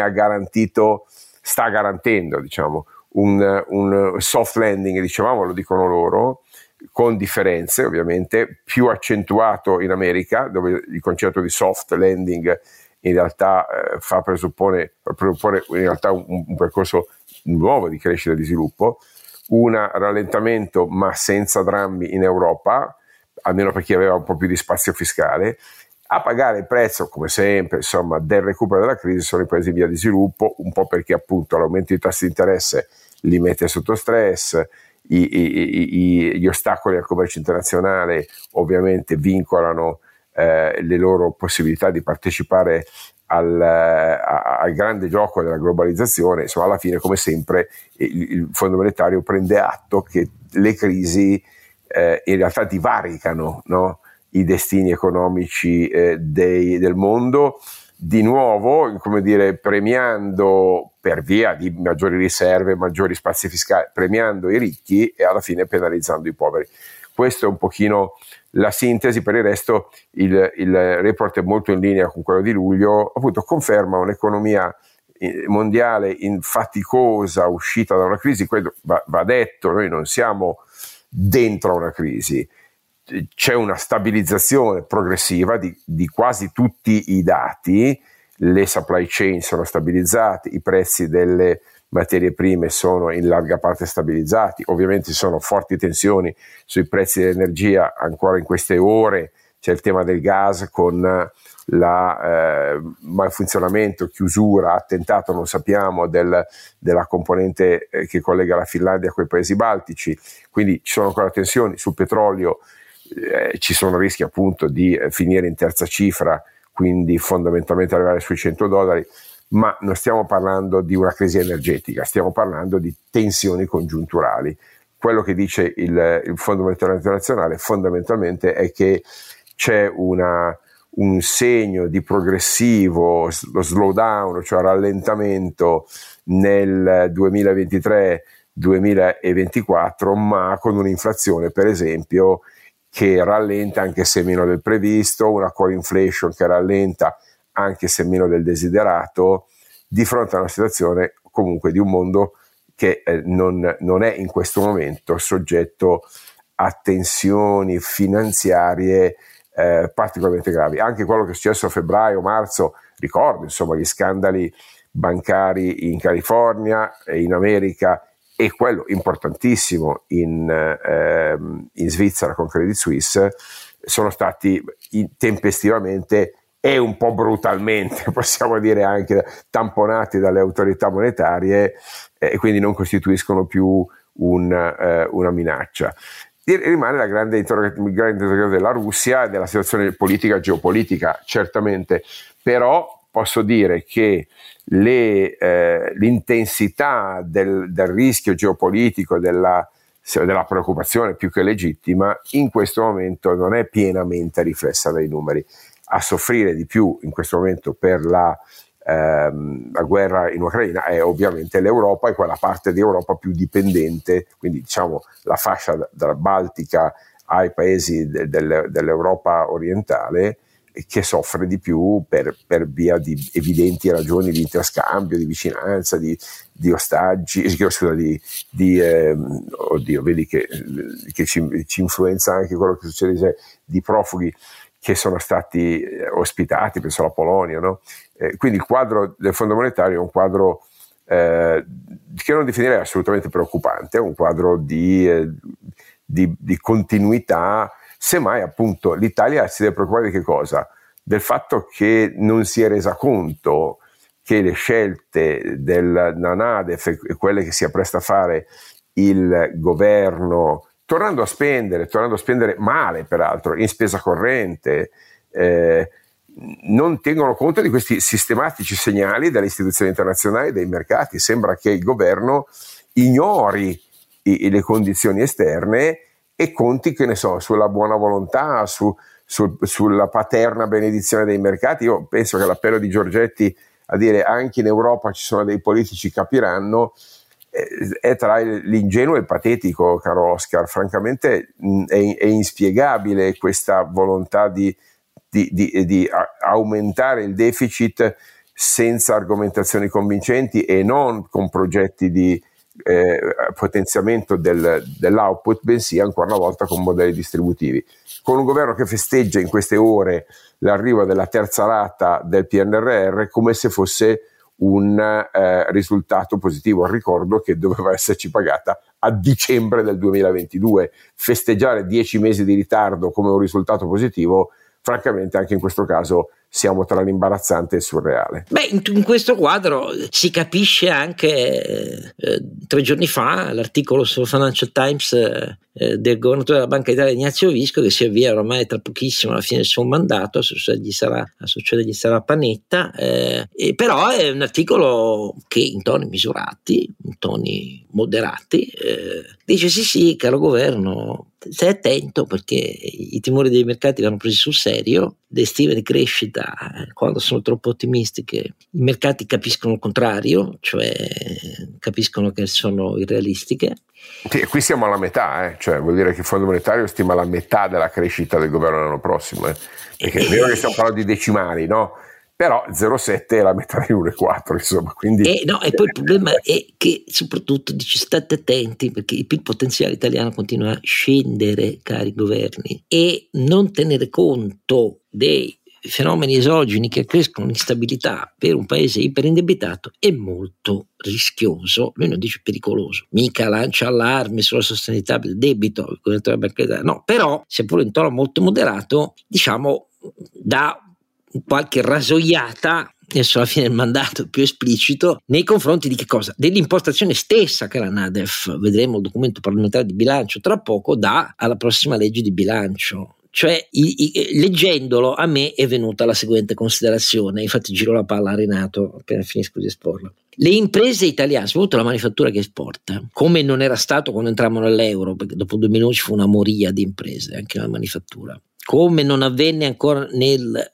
sta garantendo, diciamo, un soft landing, dicevamo, lo dicono loro, con differenze ovviamente, più accentuato in America, dove il concetto di soft landing in realtà fa presupporre in realtà un percorso nuovo di crescita e di sviluppo, un rallentamento ma senza drammi in Europa, almeno per chi aveva un po' più di spazio fiscale. A pagare il prezzo, come sempre, insomma, del recupero della crisi sono i paesi in via di sviluppo, un po' perché appunto l'aumento dei tassi di interesse li mette sotto stress, gli ostacoli al commercio internazionale ovviamente vincolano le loro possibilità di partecipare al grande gioco della globalizzazione. Insomma, alla fine, come sempre, il Fondo Monetario prende atto che le crisi in realtà divaricano, no, i destini economici del mondo, di nuovo, come dire, premiando per via di maggiori riserve, maggiori spazi fiscali, premiando i ricchi e alla fine penalizzando i poveri. Questo è un pochino la sintesi. Per il resto il report è molto in linea con quello di luglio, appunto conferma un'economia mondiale in faticosa uscita da una crisi. Questo va detto, noi non siamo dentro una crisi, c'è una stabilizzazione progressiva di quasi tutti i dati, le supply chain sono stabilizzate, i prezzi delle materie prime sono in larga parte stabilizzati, ovviamente ci sono forti tensioni sui prezzi dell'energia ancora in queste ore, c'è il tema del gas con la malfunzionamento, chiusura, attentato, non sappiamo, della componente che collega la Finlandia con i paesi baltici, quindi ci sono ancora tensioni sul petrolio, ci sono rischi appunto di finire in terza cifra, quindi fondamentalmente arrivare sui $100, ma non stiamo parlando di una crisi energetica, stiamo parlando di tensioni congiunturali. Quello che dice il Fondo Monetario Internazionale fondamentalmente è che c'è un segno di progressivo slowdown, cioè rallentamento nel 2023-2024, ma con un'inflazione, per esempio, che rallenta anche se meno del previsto, una core inflation che rallenta anche se meno del desiderato, di fronte a una situazione comunque di un mondo che non è in questo momento soggetto a tensioni finanziarie particolarmente gravi. Anche quello che è successo a febbraio-marzo, ricordo insomma gli scandali bancari in California e in America, e quello importantissimo in Svizzera con Credit Suisse, sono stati tempestivamente e un po' brutalmente, possiamo dire anche, tamponati dalle autorità monetarie e quindi non costituiscono più una minaccia. Rimane la grande interrogativo della Russia e della situazione politica e geopolitica, certamente, però posso dire che l'intensità del rischio geopolitico, della preoccupazione più che legittima, in questo momento non è pienamente riflessa dai numeri. A soffrire di più in questo momento per la guerra in Ucraina è ovviamente l'Europa e quella parte di Europa più dipendente, quindi diciamo la fascia dalla Baltica ai paesi dell'Europa orientale, che soffre di più per via di evidenti ragioni di interscambio, di vicinanza, di ostaggi, oddio, vedi che ci influenza anche quello che succede, di profughi che sono stati ospitati, penso alla Polonia, no? Quindi il quadro del Fondo monetario è un quadro che non definirei assolutamente preoccupante, è un quadro di continuità. Semmai appunto l'Italia si deve preoccupare di che cosa? Del fatto che non si è resa conto che le scelte della NADEF e quelle che si appresta a fare il governo, tornando a spendere male peraltro, in spesa corrente, non tengono conto di questi sistematici segnali dalle istituzioni internazionali, dai mercati. Sembra che il governo ignori le condizioni esterne e conti, che ne so, sulla buona volontà, sulla paterna benedizione dei mercati. Io penso che l'appello di Giorgetti a dire anche in Europa ci sono dei politici, capiranno, è tra l'ingenuo e il patetico, caro Oscar. Francamente è inspiegabile questa volontà di aumentare il deficit senza argomentazioni convincenti e non con progetti di potenziamento dell'output, bensì ancora una volta con modelli distributivi, con un governo che festeggia in queste ore l'arrivo della terza rata del PNRR come se fosse un risultato positivo. Ricordo che doveva esserci pagata a dicembre del 2022. Festeggiare 10 mesi di ritardo come un risultato positivo, francamente anche in questo caso siamo tra l'imbarazzante e il surreale. In questo quadro si capisce anche 3 giorni fa l'articolo sul Financial Times del governatore della Banca d'Italia Ignazio Visco, che si avvia ormai tra pochissimo alla fine del suo mandato, a succedergli sarà Panetta, però è un articolo che in toni misurati, in toni moderati, dice sì caro governo, stai attento perché i timori dei mercati vanno presi sul serio, le stime di crescita quando sono troppo ottimistiche i mercati capiscono il contrario, cioè capiscono che sono irrealistiche. Sì, qui siamo alla metà, cioè vuol dire che il Fondo monetario stima la metà della crescita del governo l'anno prossimo, perché è vero che stiamo parlando di decimali, no? Però 0,7 è la metà di 1,4, insomma. Quindi... E poi il problema è che soprattutto dice state attenti perché il PIL potenziale italiano continua a scendere, cari governi, e non tenere conto dei fenomeni esogeni che accrescono l'instabilità per un paese iperindebitato è molto rischioso. Lui non dice pericoloso, mica lancia allarmi sulla sostenibilità del debito, no, però seppure in tono molto moderato, diciamo, dà qualche rasoiata verso la fine del mandato più esplicito nei confronti di che cosa? Dell'impostazione stessa che la NADEF, vedremo il documento parlamentare di bilancio tra poco, dà alla prossima legge di bilancio. Cioè, leggendolo a me è venuta la seguente considerazione, infatti giro la palla a Renato appena finisco di esporla. Le imprese italiane, soprattutto la manifattura che esporta, come non era stato quando entrammo nell'euro, perché dopo 2 minuti ci fu una moria di imprese anche nella manifattura, come non avvenne ancora nel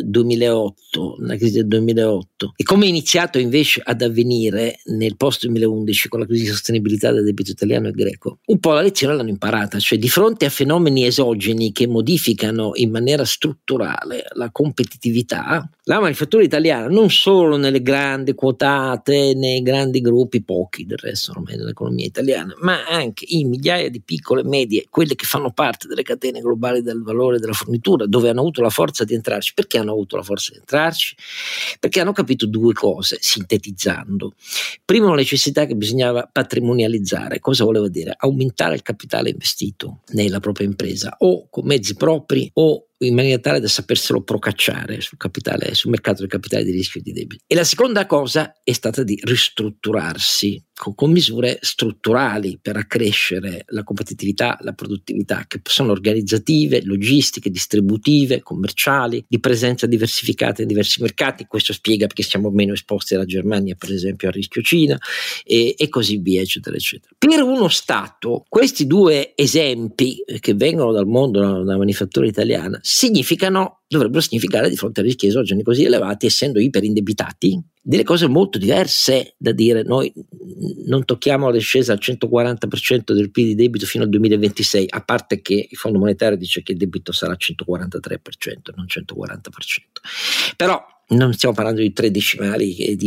2008, nella crisi del 2008, e come è iniziato invece ad avvenire nel post 2011 con la crisi di sostenibilità del debito italiano e greco, un po' la lezione l'hanno imparata, cioè di fronte a fenomeni esogeni che modificano in maniera strutturale la competitività, la manifattura italiana, non solo nelle grandi quotate, nei grandi gruppi, pochi del resto ormai nell'economia italiana, ma anche in migliaia di piccole e medie, quelle che fanno parte delle catene globali del valore della fornitura, dove hanno avuto la forza di entrarci. Perché hanno avuto la forza di entrarci? Perché hanno capito 2 cose, sintetizzando. Primo, la necessità che bisognava patrimonializzare. Cosa voleva dire? Aumentare il capitale investito nella propria impresa, o con mezzi propri o in maniera tale da saperselo procacciare sul mercato del capitale di rischio e di debito. E la seconda cosa è stata di ristrutturarsi con misure strutturali per accrescere la competitività, la produttività, che sono organizzative, logistiche, distributive, commerciali, di presenza diversificata in diversi mercati. Questo spiega perché siamo meno esposti alla Germania, per esempio, al rischio Cina, e così via, eccetera, eccetera. Per uno Stato, questi 2 esempi che vengono dal mondo della manifattura italiana dovrebbero significare di fronte a rischi esogeni così elevati, essendo iperindebitati, delle cose molto diverse da dire. Noi non tocchiamo la discesa al 140% del PIL di debito fino al 2026, a parte che il Fondo Monetario dice che il debito sarà 143%, non 140%. Però non stiamo parlando di 3 decimali,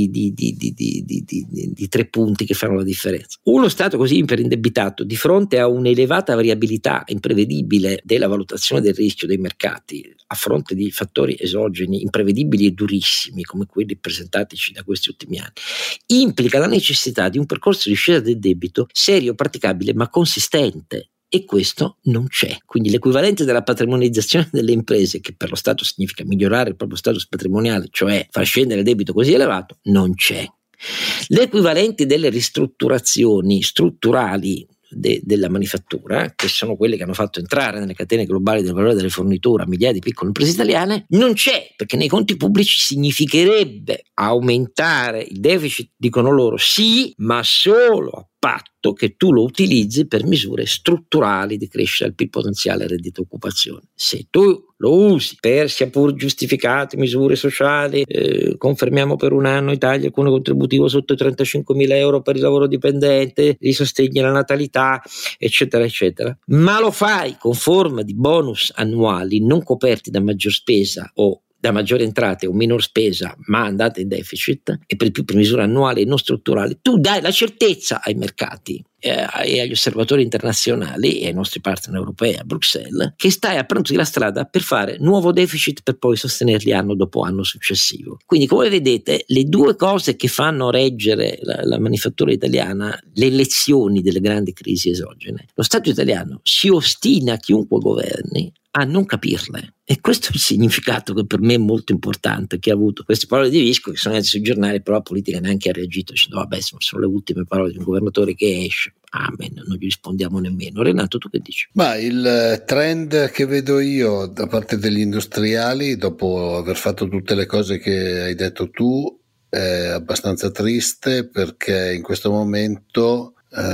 di 3 punti che fanno la differenza. Uno Stato così iperindebitato, di fronte a un'elevata variabilità imprevedibile della valutazione del rischio dei mercati, a fronte di fattori esogeni imprevedibili e durissimi come quelli presentatici da questi ultimi anni, implica la necessità di un percorso di discesa del debito serio, praticabile ma consistente. E questo non c'è. Quindi l'equivalente della patrimonializzazione delle imprese, che per lo Stato significa migliorare il proprio status patrimoniale, cioè far scendere il debito così elevato, non c'è. L'equivalente delle ristrutturazioni strutturali della manifattura, che sono quelle che hanno fatto entrare nelle catene globali del valore delle forniture migliaia di piccole imprese italiane, non c'è, perché nei conti pubblici significherebbe aumentare il deficit, dicono loro, sì, ma solo a patto che tu lo utilizzi per misure strutturali di crescita del PIL potenziale e reddito occupazione. Se tu lo usi per, sia pur giustificate, misure sociali, confermiamo per un anno Italia il cuneo contributivo sotto i 35.000 euro per il lavoro dipendente, i sostegni alla natalità, eccetera eccetera, ma lo fai con forma di bonus annuali non coperti da maggior spesa o da maggiori entrate o minor spesa ma andate in deficit, e per misure annuali e non strutturali, tu dai la certezza ai mercati e agli osservatori internazionali e ai nostri partner europei a Bruxelles che stai aprendo la strada per fare nuovo deficit per poi sostenerli anno dopo anno successivo. Quindi, come vedete, le due cose che fanno reggere la manifattura italiana le lezioni delle grandi crisi esogene, lo Stato italiano si ostina, chiunque governi, a non capirle. E questo è il significato che per me è molto importante, che ha avuto queste parole di Visco, che sono andate sui giornali, però la politica neanche ha reagito, dicendo vabbè, sono le ultime parole di un governatore che esce, amen, non gli rispondiamo nemmeno. Renato, tu che dici? Ma il trend che vedo io da parte degli industriali, dopo aver fatto tutte le cose che hai detto tu, è abbastanza triste, perché in questo momento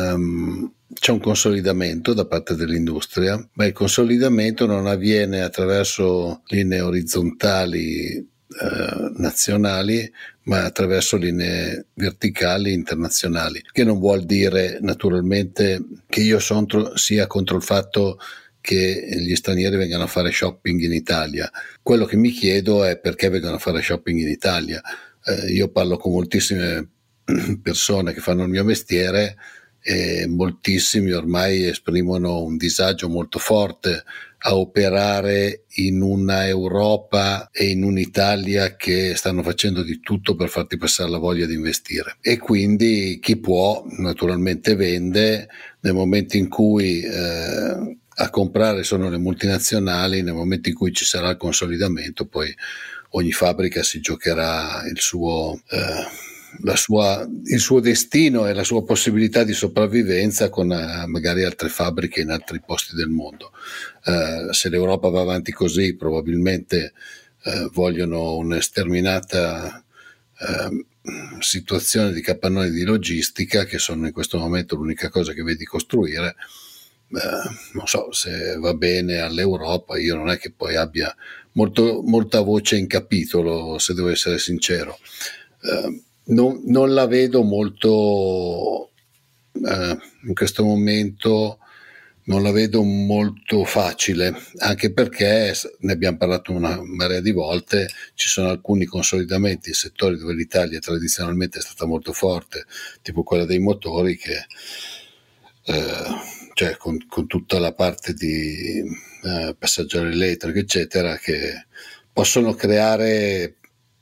c'è un consolidamento da parte dell'industria, ma il consolidamento non avviene attraverso linee orizzontali nazionali, ma attraverso linee verticali internazionali, che non vuol dire naturalmente che io sia contro il fatto che gli stranieri vengano a fare shopping in Italia. Quello che mi chiedo è perché vengono a fare shopping in Italia. Io parlo con moltissime persone che fanno il mio mestiere e moltissimi ormai esprimono un disagio molto forte a operare in una Europa e in un'Italia che stanno facendo di tutto per farti passare la voglia di investire, e quindi chi può naturalmente vende. Nel momento in cui a comprare sono le multinazionali, nel momento in cui ci sarà il consolidamento, poi ogni fabbrica si giocherà il suo destino e la sua possibilità di sopravvivenza con magari altre fabbriche in altri posti del mondo. Se l'Europa va avanti così, probabilmente vogliono un'sterminata situazione di capannoni di logistica, che sono in questo momento l'unica cosa che vedi costruire. Non so se va bene all'Europa, io non è che poi abbia molta voce in capitolo, se devo essere sincero. Non la vedo molto in questo momento, non la vedo molto facile, anche perché ne abbiamo parlato una marea di volte, ci sono alcuni consolidamenti in settori dove l'Italia tradizionalmente è stata molto forte, tipo quella dei motori, che cioè con tutta la parte di passaggio elettrico eccetera, che possono creare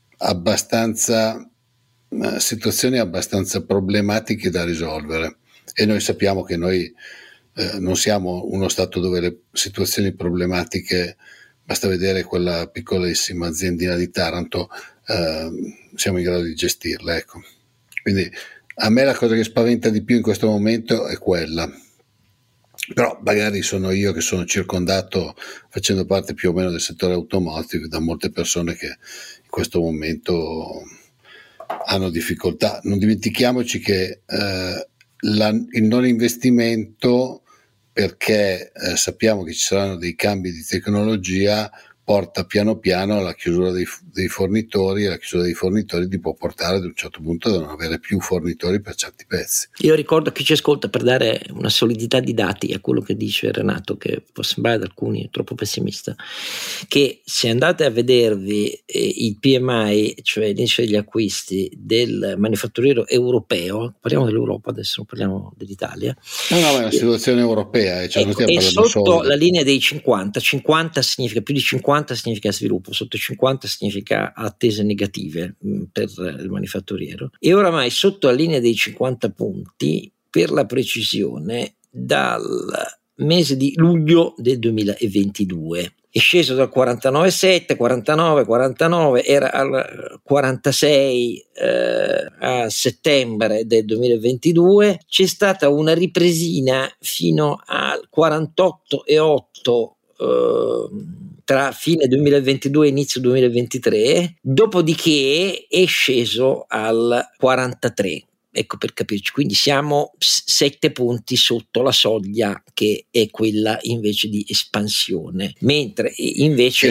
situazioni abbastanza problematiche da risolvere, e noi sappiamo che noi non siamo uno Stato dove le situazioni problematiche, basta vedere quella piccolissima aziendina di Taranto, siamo in grado di gestirla, ecco. Quindi a me la cosa che spaventa di più in questo momento è quella. Però magari sono io che sono circondato, facendo parte più o meno del settore automotive, da molte persone che in questo momento hanno difficoltà. Non dimentichiamoci che il non investimento, perché sappiamo che ci saranno dei cambi di tecnologia, porta piano piano alla chiusura dei fornitori, e la chiusura dei fornitori ti può portare ad un certo punto a non avere più fornitori per certi pezzi. Io ricordo a chi ci ascolta, per dare una solidità di dati a quello che dice Renato, che può sembrare ad alcuni troppo pessimista, che se andate a vedervi il PMI, cioè l'indice degli acquisti del manifatturiero europeo, parliamo dell'Europa adesso, non parliamo dell'Italia. No, ma è una situazione europea, cioè non stiamo parlando sotto solo la linea dei 50 significa più di 50 significa sviluppo, sotto 50 significa attese negative per il manifatturiero, e oramai sotto la linea dei 50 punti, per la precisione, dal mese di luglio del 2022. È sceso dal 49,7, 49, era al 46 a settembre del 2022, c'è stata una ripresina fino al 48,8 tra fine 2022 e inizio 2023, dopodiché è sceso al 43. Ecco, per capirci, quindi siamo 7 punti sotto la soglia che è quella invece di espansione, mentre invece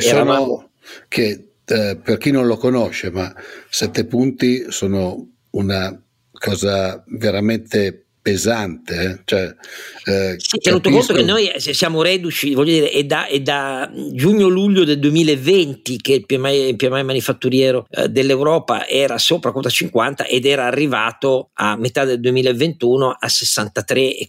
per chi non lo conosce, ma 7 punti sono una cosa veramente pesante, sì, tenuto conto che noi siamo reduci, voglio dire, è da giugno-luglio del 2020 che il PMI manifatturiero dell'Europa era sopra quota 50 ed era arrivato a metà del 2021 a 63,4,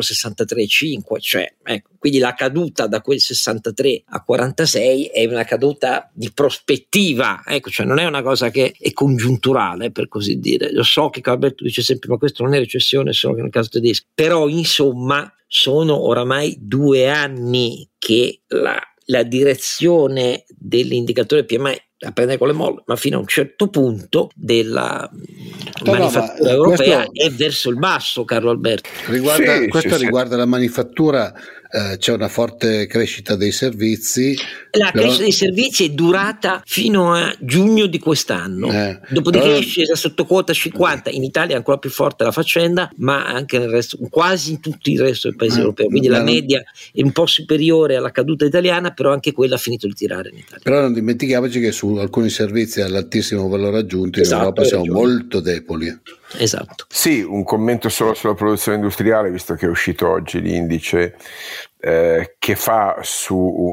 63,5, cioè ecco, quindi la caduta da quel 63 a 46 è una caduta di prospettiva, ecco, cioè non è una cosa che è congiunturale, per così dire. Lo so che Alberto dice sempre ma questo non è recessione, solo che nel caso tedesco, però insomma sono oramai 2 anni che la direzione dell'indicatore PMI a prendere con le molle, ma fino a un certo punto della manifattura europea è verso il basso, Carlo Alberto. Riguarda la manifattura, c'è una forte crescita dei servizi. La crescita dei servizi è durata fino a giugno di quest'anno, dopodiché è scesa sotto quota 50. In Italia è ancora più forte la faccenda, ma anche nel resto, quasi in tutti il resto del paese europeo, quindi la media è un po' superiore alla caduta italiana, però anche quella ha finito di tirare in Italia. Però non dimentichiamoci che su alcuni servizi all'altissimo valore aggiunto in Europa siamo molto deboli. Esatto. Sì, un commento solo sulla produzione industriale, visto che è uscito oggi l'indice che fa su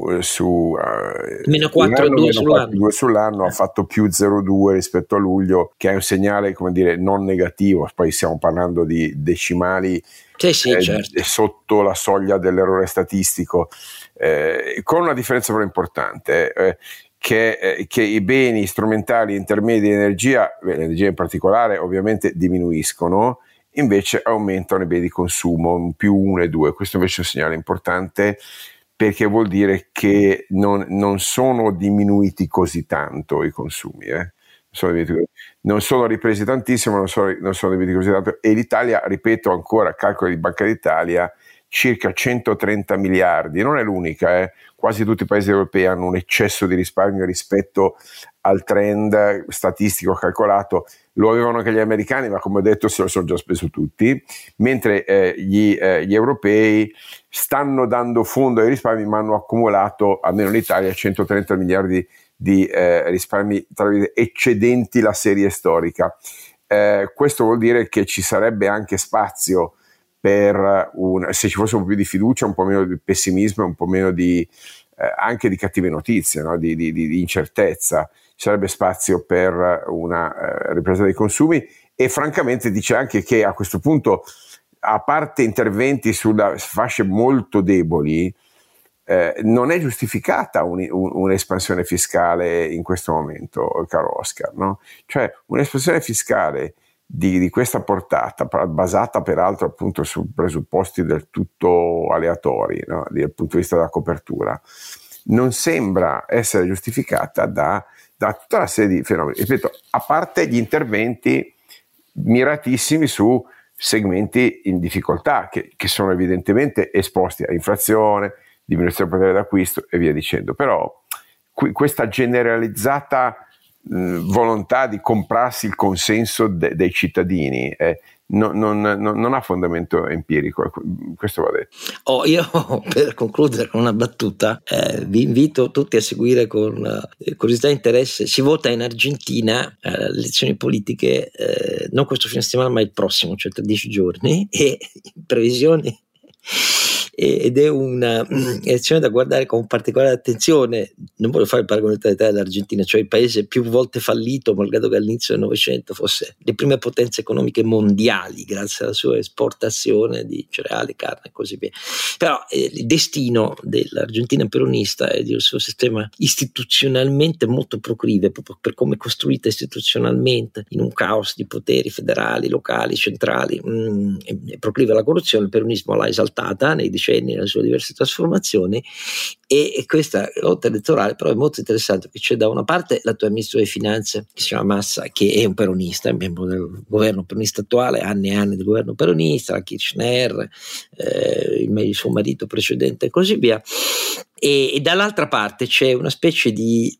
meno 4,2 sull'anno, ha fatto più 0,2 rispetto a luglio, che è un segnale, come dire, non negativo. Poi stiamo parlando di decimali certo, sotto la soglia dell'errore statistico, con una differenza però importante, che i beni strumentali intermedi di energia, l'energia in particolare, ovviamente diminuiscono, invece aumentano i beni di consumo, più 1,2. Questo invece è un segnale importante, perché vuol dire che non sono diminuiti così tanto i consumi, non sono ripresi tantissimo, non sono diminuiti così tanto, e l'Italia, ripeto ancora, calcolo di Banca d'Italia, circa 130 miliardi, non è l'unica, quasi tutti i paesi europei hanno un eccesso di risparmio rispetto al trend statistico calcolato. Lo avevano anche gli americani, ma come ho detto se lo sono già speso tutti, mentre gli europei stanno dando fondo ai risparmi, ma hanno accumulato, almeno in Italia, 130 miliardi di risparmi eccedenti la serie storica. Questo vuol dire che ci sarebbe anche spazio per se ci fosse un po' più di fiducia, un po' meno di pessimismo, un po' meno di anche di cattive notizie, no? di incertezza, ci sarebbe spazio per una ripresa dei consumi. E francamente dice anche che a questo punto, a parte interventi sulle fasce molto deboli, non è giustificata un'espansione fiscale in questo momento, caro Oscar, no? Cioè un'espansione fiscale di questa portata, basata peraltro appunto su presupposti del tutto aleatori, no? Dal punto di vista della copertura, non sembra essere giustificata da tutta una serie di fenomeni, ripeto, a parte gli interventi miratissimi su segmenti in difficoltà che sono evidentemente esposti a inflazione, diminuzione del potere d'acquisto e via dicendo. Però questa generalizzata volontà di comprarsi il consenso dei cittadini non ha fondamento empirico, questo va detto. Io per concludere con una battuta, vi invito tutti a seguire con curiosità e interesse. Si vota in Argentina le elezioni politiche non questo fine settimana ma il prossimo, cioè tra 10 giorni, e in previsione ed è una elezione da guardare con particolare attenzione. Non voglio fare il paragone tra l'Italia e l'Argentina, cioè il paese più volte fallito, malgrado che all'inizio del Novecento fosse le prime potenze economiche mondiali grazie alla sua esportazione di cereali, carne e così via. Però il destino dell'Argentina peronista e del suo sistema istituzionalmente molto proclive, proprio per come è costruita istituzionalmente, in un caos di poteri federali, locali, centrali, è proclive alla corruzione. Il peronismo l'ha esaltata nei decenni nelle sue diverse trasformazioni, e questa lotta elettorale però è molto interessante, perché c'è da una parte l'attuale ministro delle finanze che si chiama Massa, che è un peronista, è un membro del governo peronista attuale, anni e anni del governo peronista, la Kirchner, il suo marito precedente e così via. E dall'altra parte c'è una specie di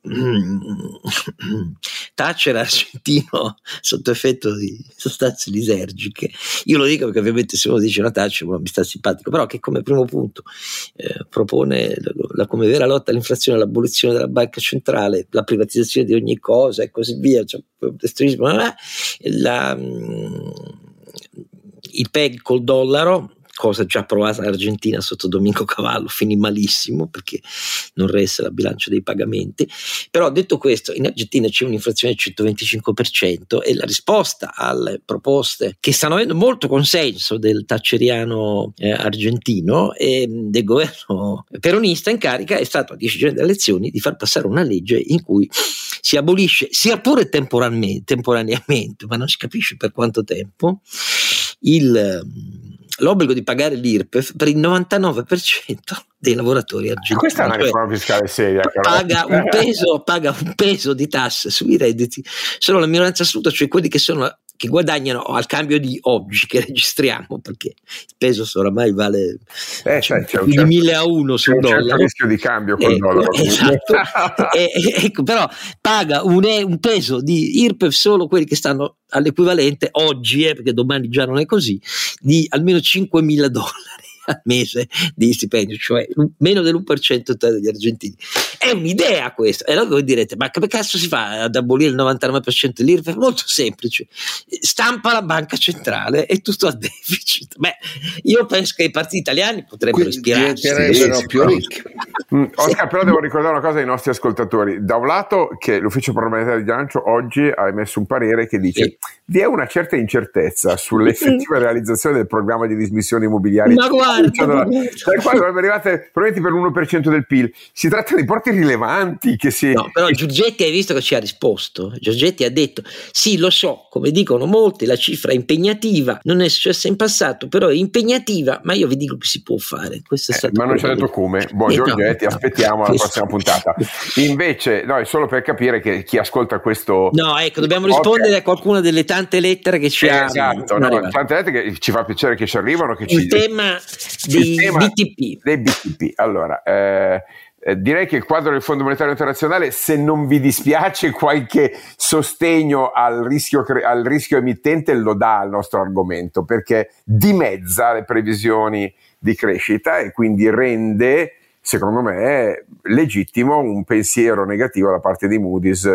Thatcher argentino sotto effetto di sostanze lisergiche. Io lo dico perché ovviamente se uno dice una Thatcher uno mi sta simpatico, però che come primo punto propone come vera lotta all'inflazione l'abolizione della banca centrale, la privatizzazione di ogni cosa e così via, cioè, il PEG col dollaro, cosa già provata l'Argentina sotto Domingo Cavallo, finì malissimo perché non resse la bilancia dei pagamenti. Però detto questo, in Argentina c'è un'inflazione del 125% e la risposta alle proposte che stanno avendo molto consenso del thatcheriano argentino e del governo peronista in carica è stato a 10 giorni delle elezioni di far passare una legge in cui si abolisce, sia pure temporaneamente, ma non si capisce per quanto tempo, l'obbligo di pagare l'IRPEF per il 99% dei lavoratori argentini. Questa è una riforma fiscale seria. Paga un peso di tasse sui redditi solo la minoranza assoluta, cioè quelli che guadagnano al cambio di oggi che registriamo, perché il peso oramai vale più di 1000 a 1 sul dollaro. C'è un rischio di cambio col dollaro. Esatto. Ecco, però paga un peso di IRPEF solo quelli che stanno all'equivalente oggi, perché domani già non è così, di almeno $5.000 al mese di stipendio, cioè meno dell'1% degli argentini. È un'idea questa, e allora voi direte: ma che cazzo si fa ad abolire il 99% dell'IRPEF? Molto semplice, stampa la banca centrale e tutto a deficit. Io penso che i partiti italiani potrebbero ispirarsi, più ricchi. Oscar, però devo ricordare una cosa ai nostri ascoltatori: da un lato che l'ufficio parlamentare di bilancio oggi ha emesso un parere che dice vi è una certa incertezza sull'effettiva realizzazione del programma di dismissioni immobiliari, ma guarda, dal quale dovrebbe arrivare probabilmente per l'1% del PIL. Si tratta di importi rilevanti che si... No, però Giorgetti, hai visto che ci ha risposto? Giorgetti ha detto: sì, lo so, come dicono molti, la cifra è impegnativa, non è successa in passato, però è impegnativa, ma io vi dico che si può fare. Questo è stato ma non ci ha detto come. Giorgetti, aspettiamo la prossima puntata. Invece, no, è solo per capire che chi ascolta questo... No, ecco, dobbiamo rispondere a qualcuna delle tante lettere che ci ha... Esatto, tante lettere che ci fa piacere che ci arrivano. Il tema dei BTP. Allora, direi che il quadro del Fondo Monetario Internazionale, se non vi dispiace, qualche sostegno al rischio emittente lo dà al nostro argomento, perché dimezza le previsioni di crescita e quindi rende, secondo me, legittimo un pensiero negativo da parte di Moody's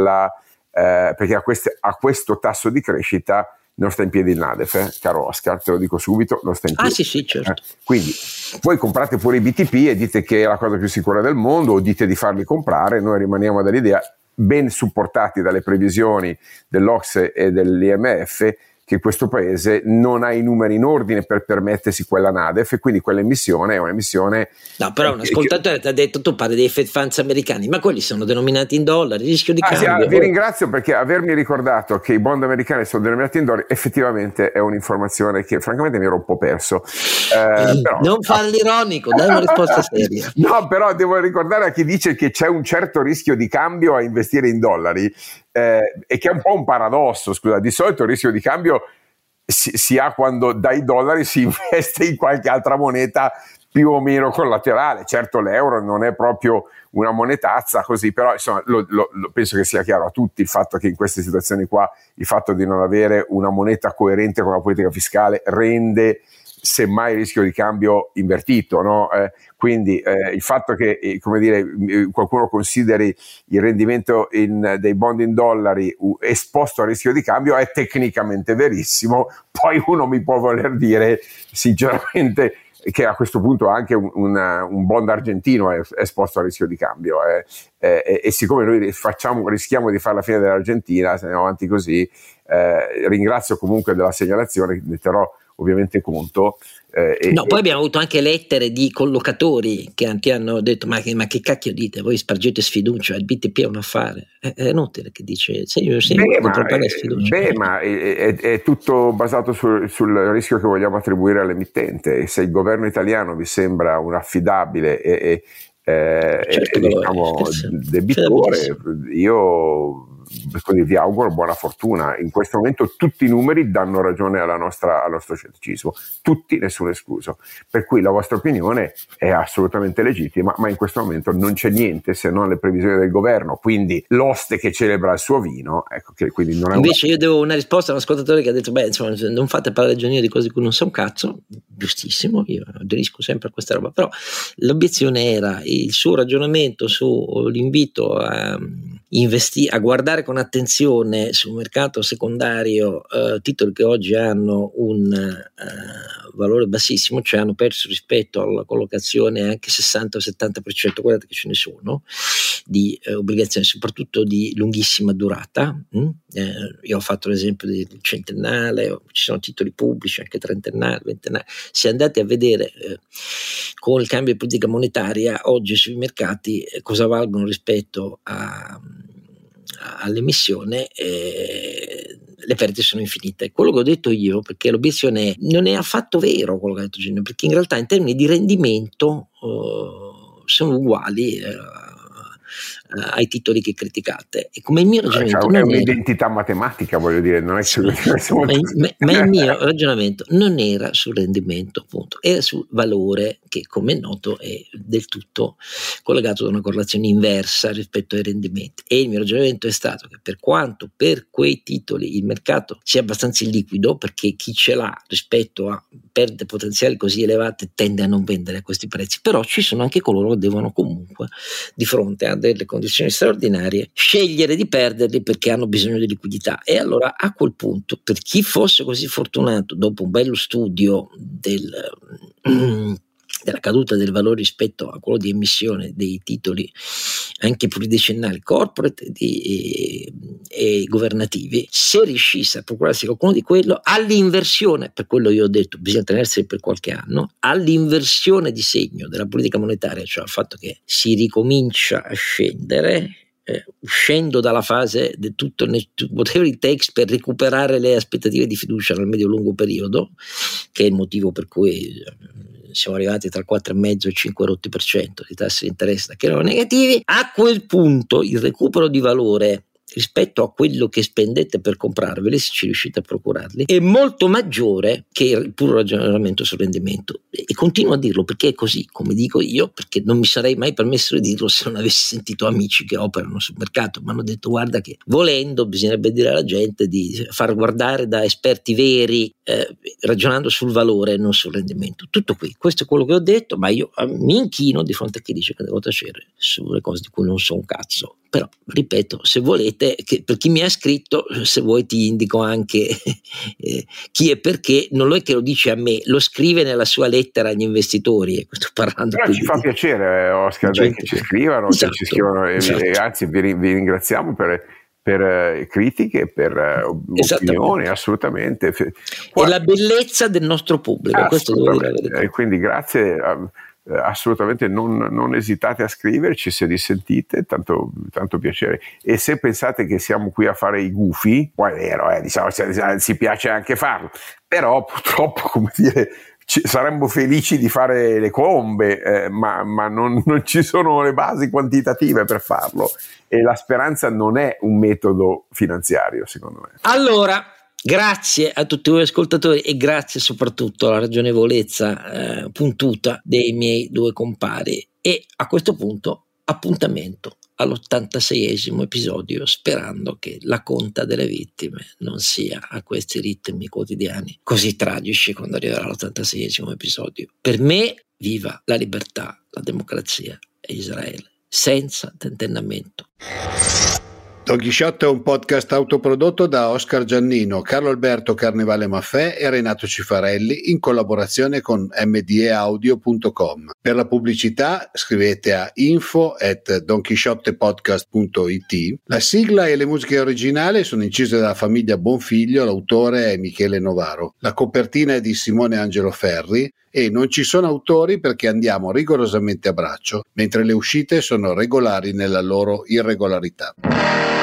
perché a questo tasso di crescita non sta in piedi il NADEF, caro Oscar, te lo dico subito, non sta in piedi. Sì, certo. Quindi voi comprate pure i BTP e dite che è la cosa più sicura del mondo, o dite di farli comprare. Noi rimaniamo dall'idea, ben supportati dalle previsioni dell'Ocse e dell'IMF, che questo paese non ha i numeri in ordine per permettersi quella NADEF, e quindi quell'emissione è un'emissione... No, però un ascoltatore ti ha detto: tu parli dei Fed Funds americani, ma quelli sono denominati in dollari, rischio di cambio. Vi ringrazio perché avermi ricordato che i bond americani sono denominati in dollari effettivamente è un'informazione che francamente mi ero un po' perso. Però, non farli ironico, dai una risposta seria. No, però devo ricordare a chi dice che c'è un certo rischio di cambio a investire in dollari, e che è un po' un paradosso. Scusa, di solito il rischio di cambio si ha quando dai dollari si investe in qualche altra moneta più o meno collaterale. Certo, l'euro non è proprio una monetazza così, però insomma penso che sia chiaro a tutti il fatto che in queste situazioni qua il fatto di non avere una moneta coerente con la politica fiscale rende semmai il rischio di cambio invertito, no? Quindi il fatto che come dire, qualcuno consideri il rendimento dei bond in dollari esposto al rischio di cambio è tecnicamente verissimo. Poi uno mi può voler dire sinceramente che a questo punto anche un bond argentino è esposto al rischio di cambio, e siccome noi rischiamo di fare la fine dell'Argentina se andiamo avanti così, ringrazio comunque della segnalazione, ne terrò ovviamente conto. Poi abbiamo avuto anche lettere di collocatori che ti hanno detto ma che cacchio dite, voi spargete sfiducia, il BTP è un affare. È inutile che dice ma è tutto basato sul rischio che vogliamo attribuire all'emittente. Se il governo italiano vi sembra un affidabile diciamo debitore, io quindi vi auguro buona fortuna. In questo momento tutti i numeri danno ragione al nostro scetticismo, tutti, nessuno escluso, per cui la vostra opinione è assolutamente legittima, ma in questo momento non c'è niente se non le previsioni del governo, quindi l'oste che celebra il suo vino, ecco, che quindi non è invece io devo una risposta a un ascoltatore che ha detto insomma, non fate parlare ragionare di cose di cui non so un cazzo. Giustissimo, io aderisco sempre a questa roba, però l'obiezione era il suo ragionamento sull'invito a guardare con attenzione sul mercato secondario titoli che oggi hanno un valore bassissimo, cioè hanno perso rispetto alla collocazione anche 60 o 70%, guardate che ce ne sono, di obbligazioni, soprattutto di lunghissima durata. Io ho fatto l'esempio del centennale, ci sono titoli pubblici anche trentennali, ventennali. Se andate a vedere con il cambio di politica monetaria oggi sui mercati cosa valgono rispetto all'emissione, le perdite sono infinite. Quello che ho detto io, perché l'obiezione non è affatto vero quello che ha detto Gino, perché in realtà in termini di rendimento sono uguali ai titoli che criticate, e come il mio ragionamento è un'identità matematica, voglio dire, non è ma il mio ragionamento non era sul rendimento, appunto, era sul valore, che come è noto è del tutto collegato da una correlazione inversa rispetto ai rendimenti, e il mio ragionamento è stato che per quanto per quei titoli il mercato sia abbastanza illiquido, perché chi ce l'ha rispetto a perdite potenziali così elevate tende a non vendere a questi prezzi, però ci sono anche coloro che devono comunque, di fronte a delle condizioni straordinarie, scegliere di perderli perché hanno bisogno di liquidità. E allora a quel punto, per chi fosse così fortunato, dopo un bello studio della caduta del valore rispetto a quello di emissione dei titoli anche pluridecennali corporate e governativi, se riuscisse a procurarsi qualcuno di quello, all'inversione, per quello io ho detto bisogna tenerseli per qualche anno, all'inversione di segno della politica monetaria, cioè al fatto che si ricomincia a scendere, uscendo dalla fase di tutto whatever it takes per recuperare le aspettative di fiducia nel medio-lungo periodo, che è il motivo per cui siamo arrivati tra il 4,5 e il 5% di tassi di interesse che erano negativi. A quel punto il recupero di valore rispetto a quello che spendete per comprarveli, se ci riuscite a procurarli, è molto maggiore che il puro ragionamento sul rendimento, e continuo a dirlo perché è così, come dico io, perché non mi sarei mai permesso di dirlo se non avessi sentito amici che operano sul mercato. Mi hanno detto guarda che volendo bisognerebbe dire alla gente di far guardare da esperti veri, ragionando sul valore e non sul rendimento. Tutto qui, questo è quello che ho detto, ma io mi inchino di fronte a chi dice che devo tacere sulle cose di cui non so un cazzo. Però ripeto, se volete, che per chi mi ha scritto, se vuoi ti indico anche chi e perché, non è che lo dice a me, lo scrive nella sua lettera agli investitori, e sto parlando. Però ci fa piacere, Oscar, che ci scrivano, esatto, che ci scrivono, esatto. Anzi vi ringraziamo per critiche, per opinioni, assolutamente. È la bellezza del nostro pubblico, questo devo dire la verità. E quindi grazie. Assolutamente non esitate a scriverci se dissentite, tanto piacere. E se pensate che siamo qui a fare i gufi, poi è vero, diciamo, si piace anche farlo, però purtroppo, come dire, saremmo felici di fare le colombe, ma non ci sono le basi quantitative per farlo, e la speranza non è un metodo finanziario, secondo me. Allora, Grazie a tutti voi ascoltatori e grazie soprattutto alla ragionevolezza puntuta dei miei due compari. E a questo punto appuntamento all'86esimo episodio, sperando che la conta delle vittime non sia a questi ritmi quotidiani così tragici quando arriverà all'86esimo episodio. Per me, viva la libertà, la democrazia e Israele, senza tentennamento. Don Chisciotte è un podcast autoprodotto da Oscar Giannino, Carlo Alberto Carnevale Maffè e Renato Cifarelli in collaborazione con mdeaudio.com. Per la pubblicità scrivete a info@donchisciottepodcast.it. La sigla e le musiche originali sono incise dalla famiglia Bonfiglio, l'autore è Michele Novaro. La copertina è di Simone Angelo Ferri e non ci sono autori perché andiamo rigorosamente a braccio, mentre le uscite sono regolari nella loro irregolarità.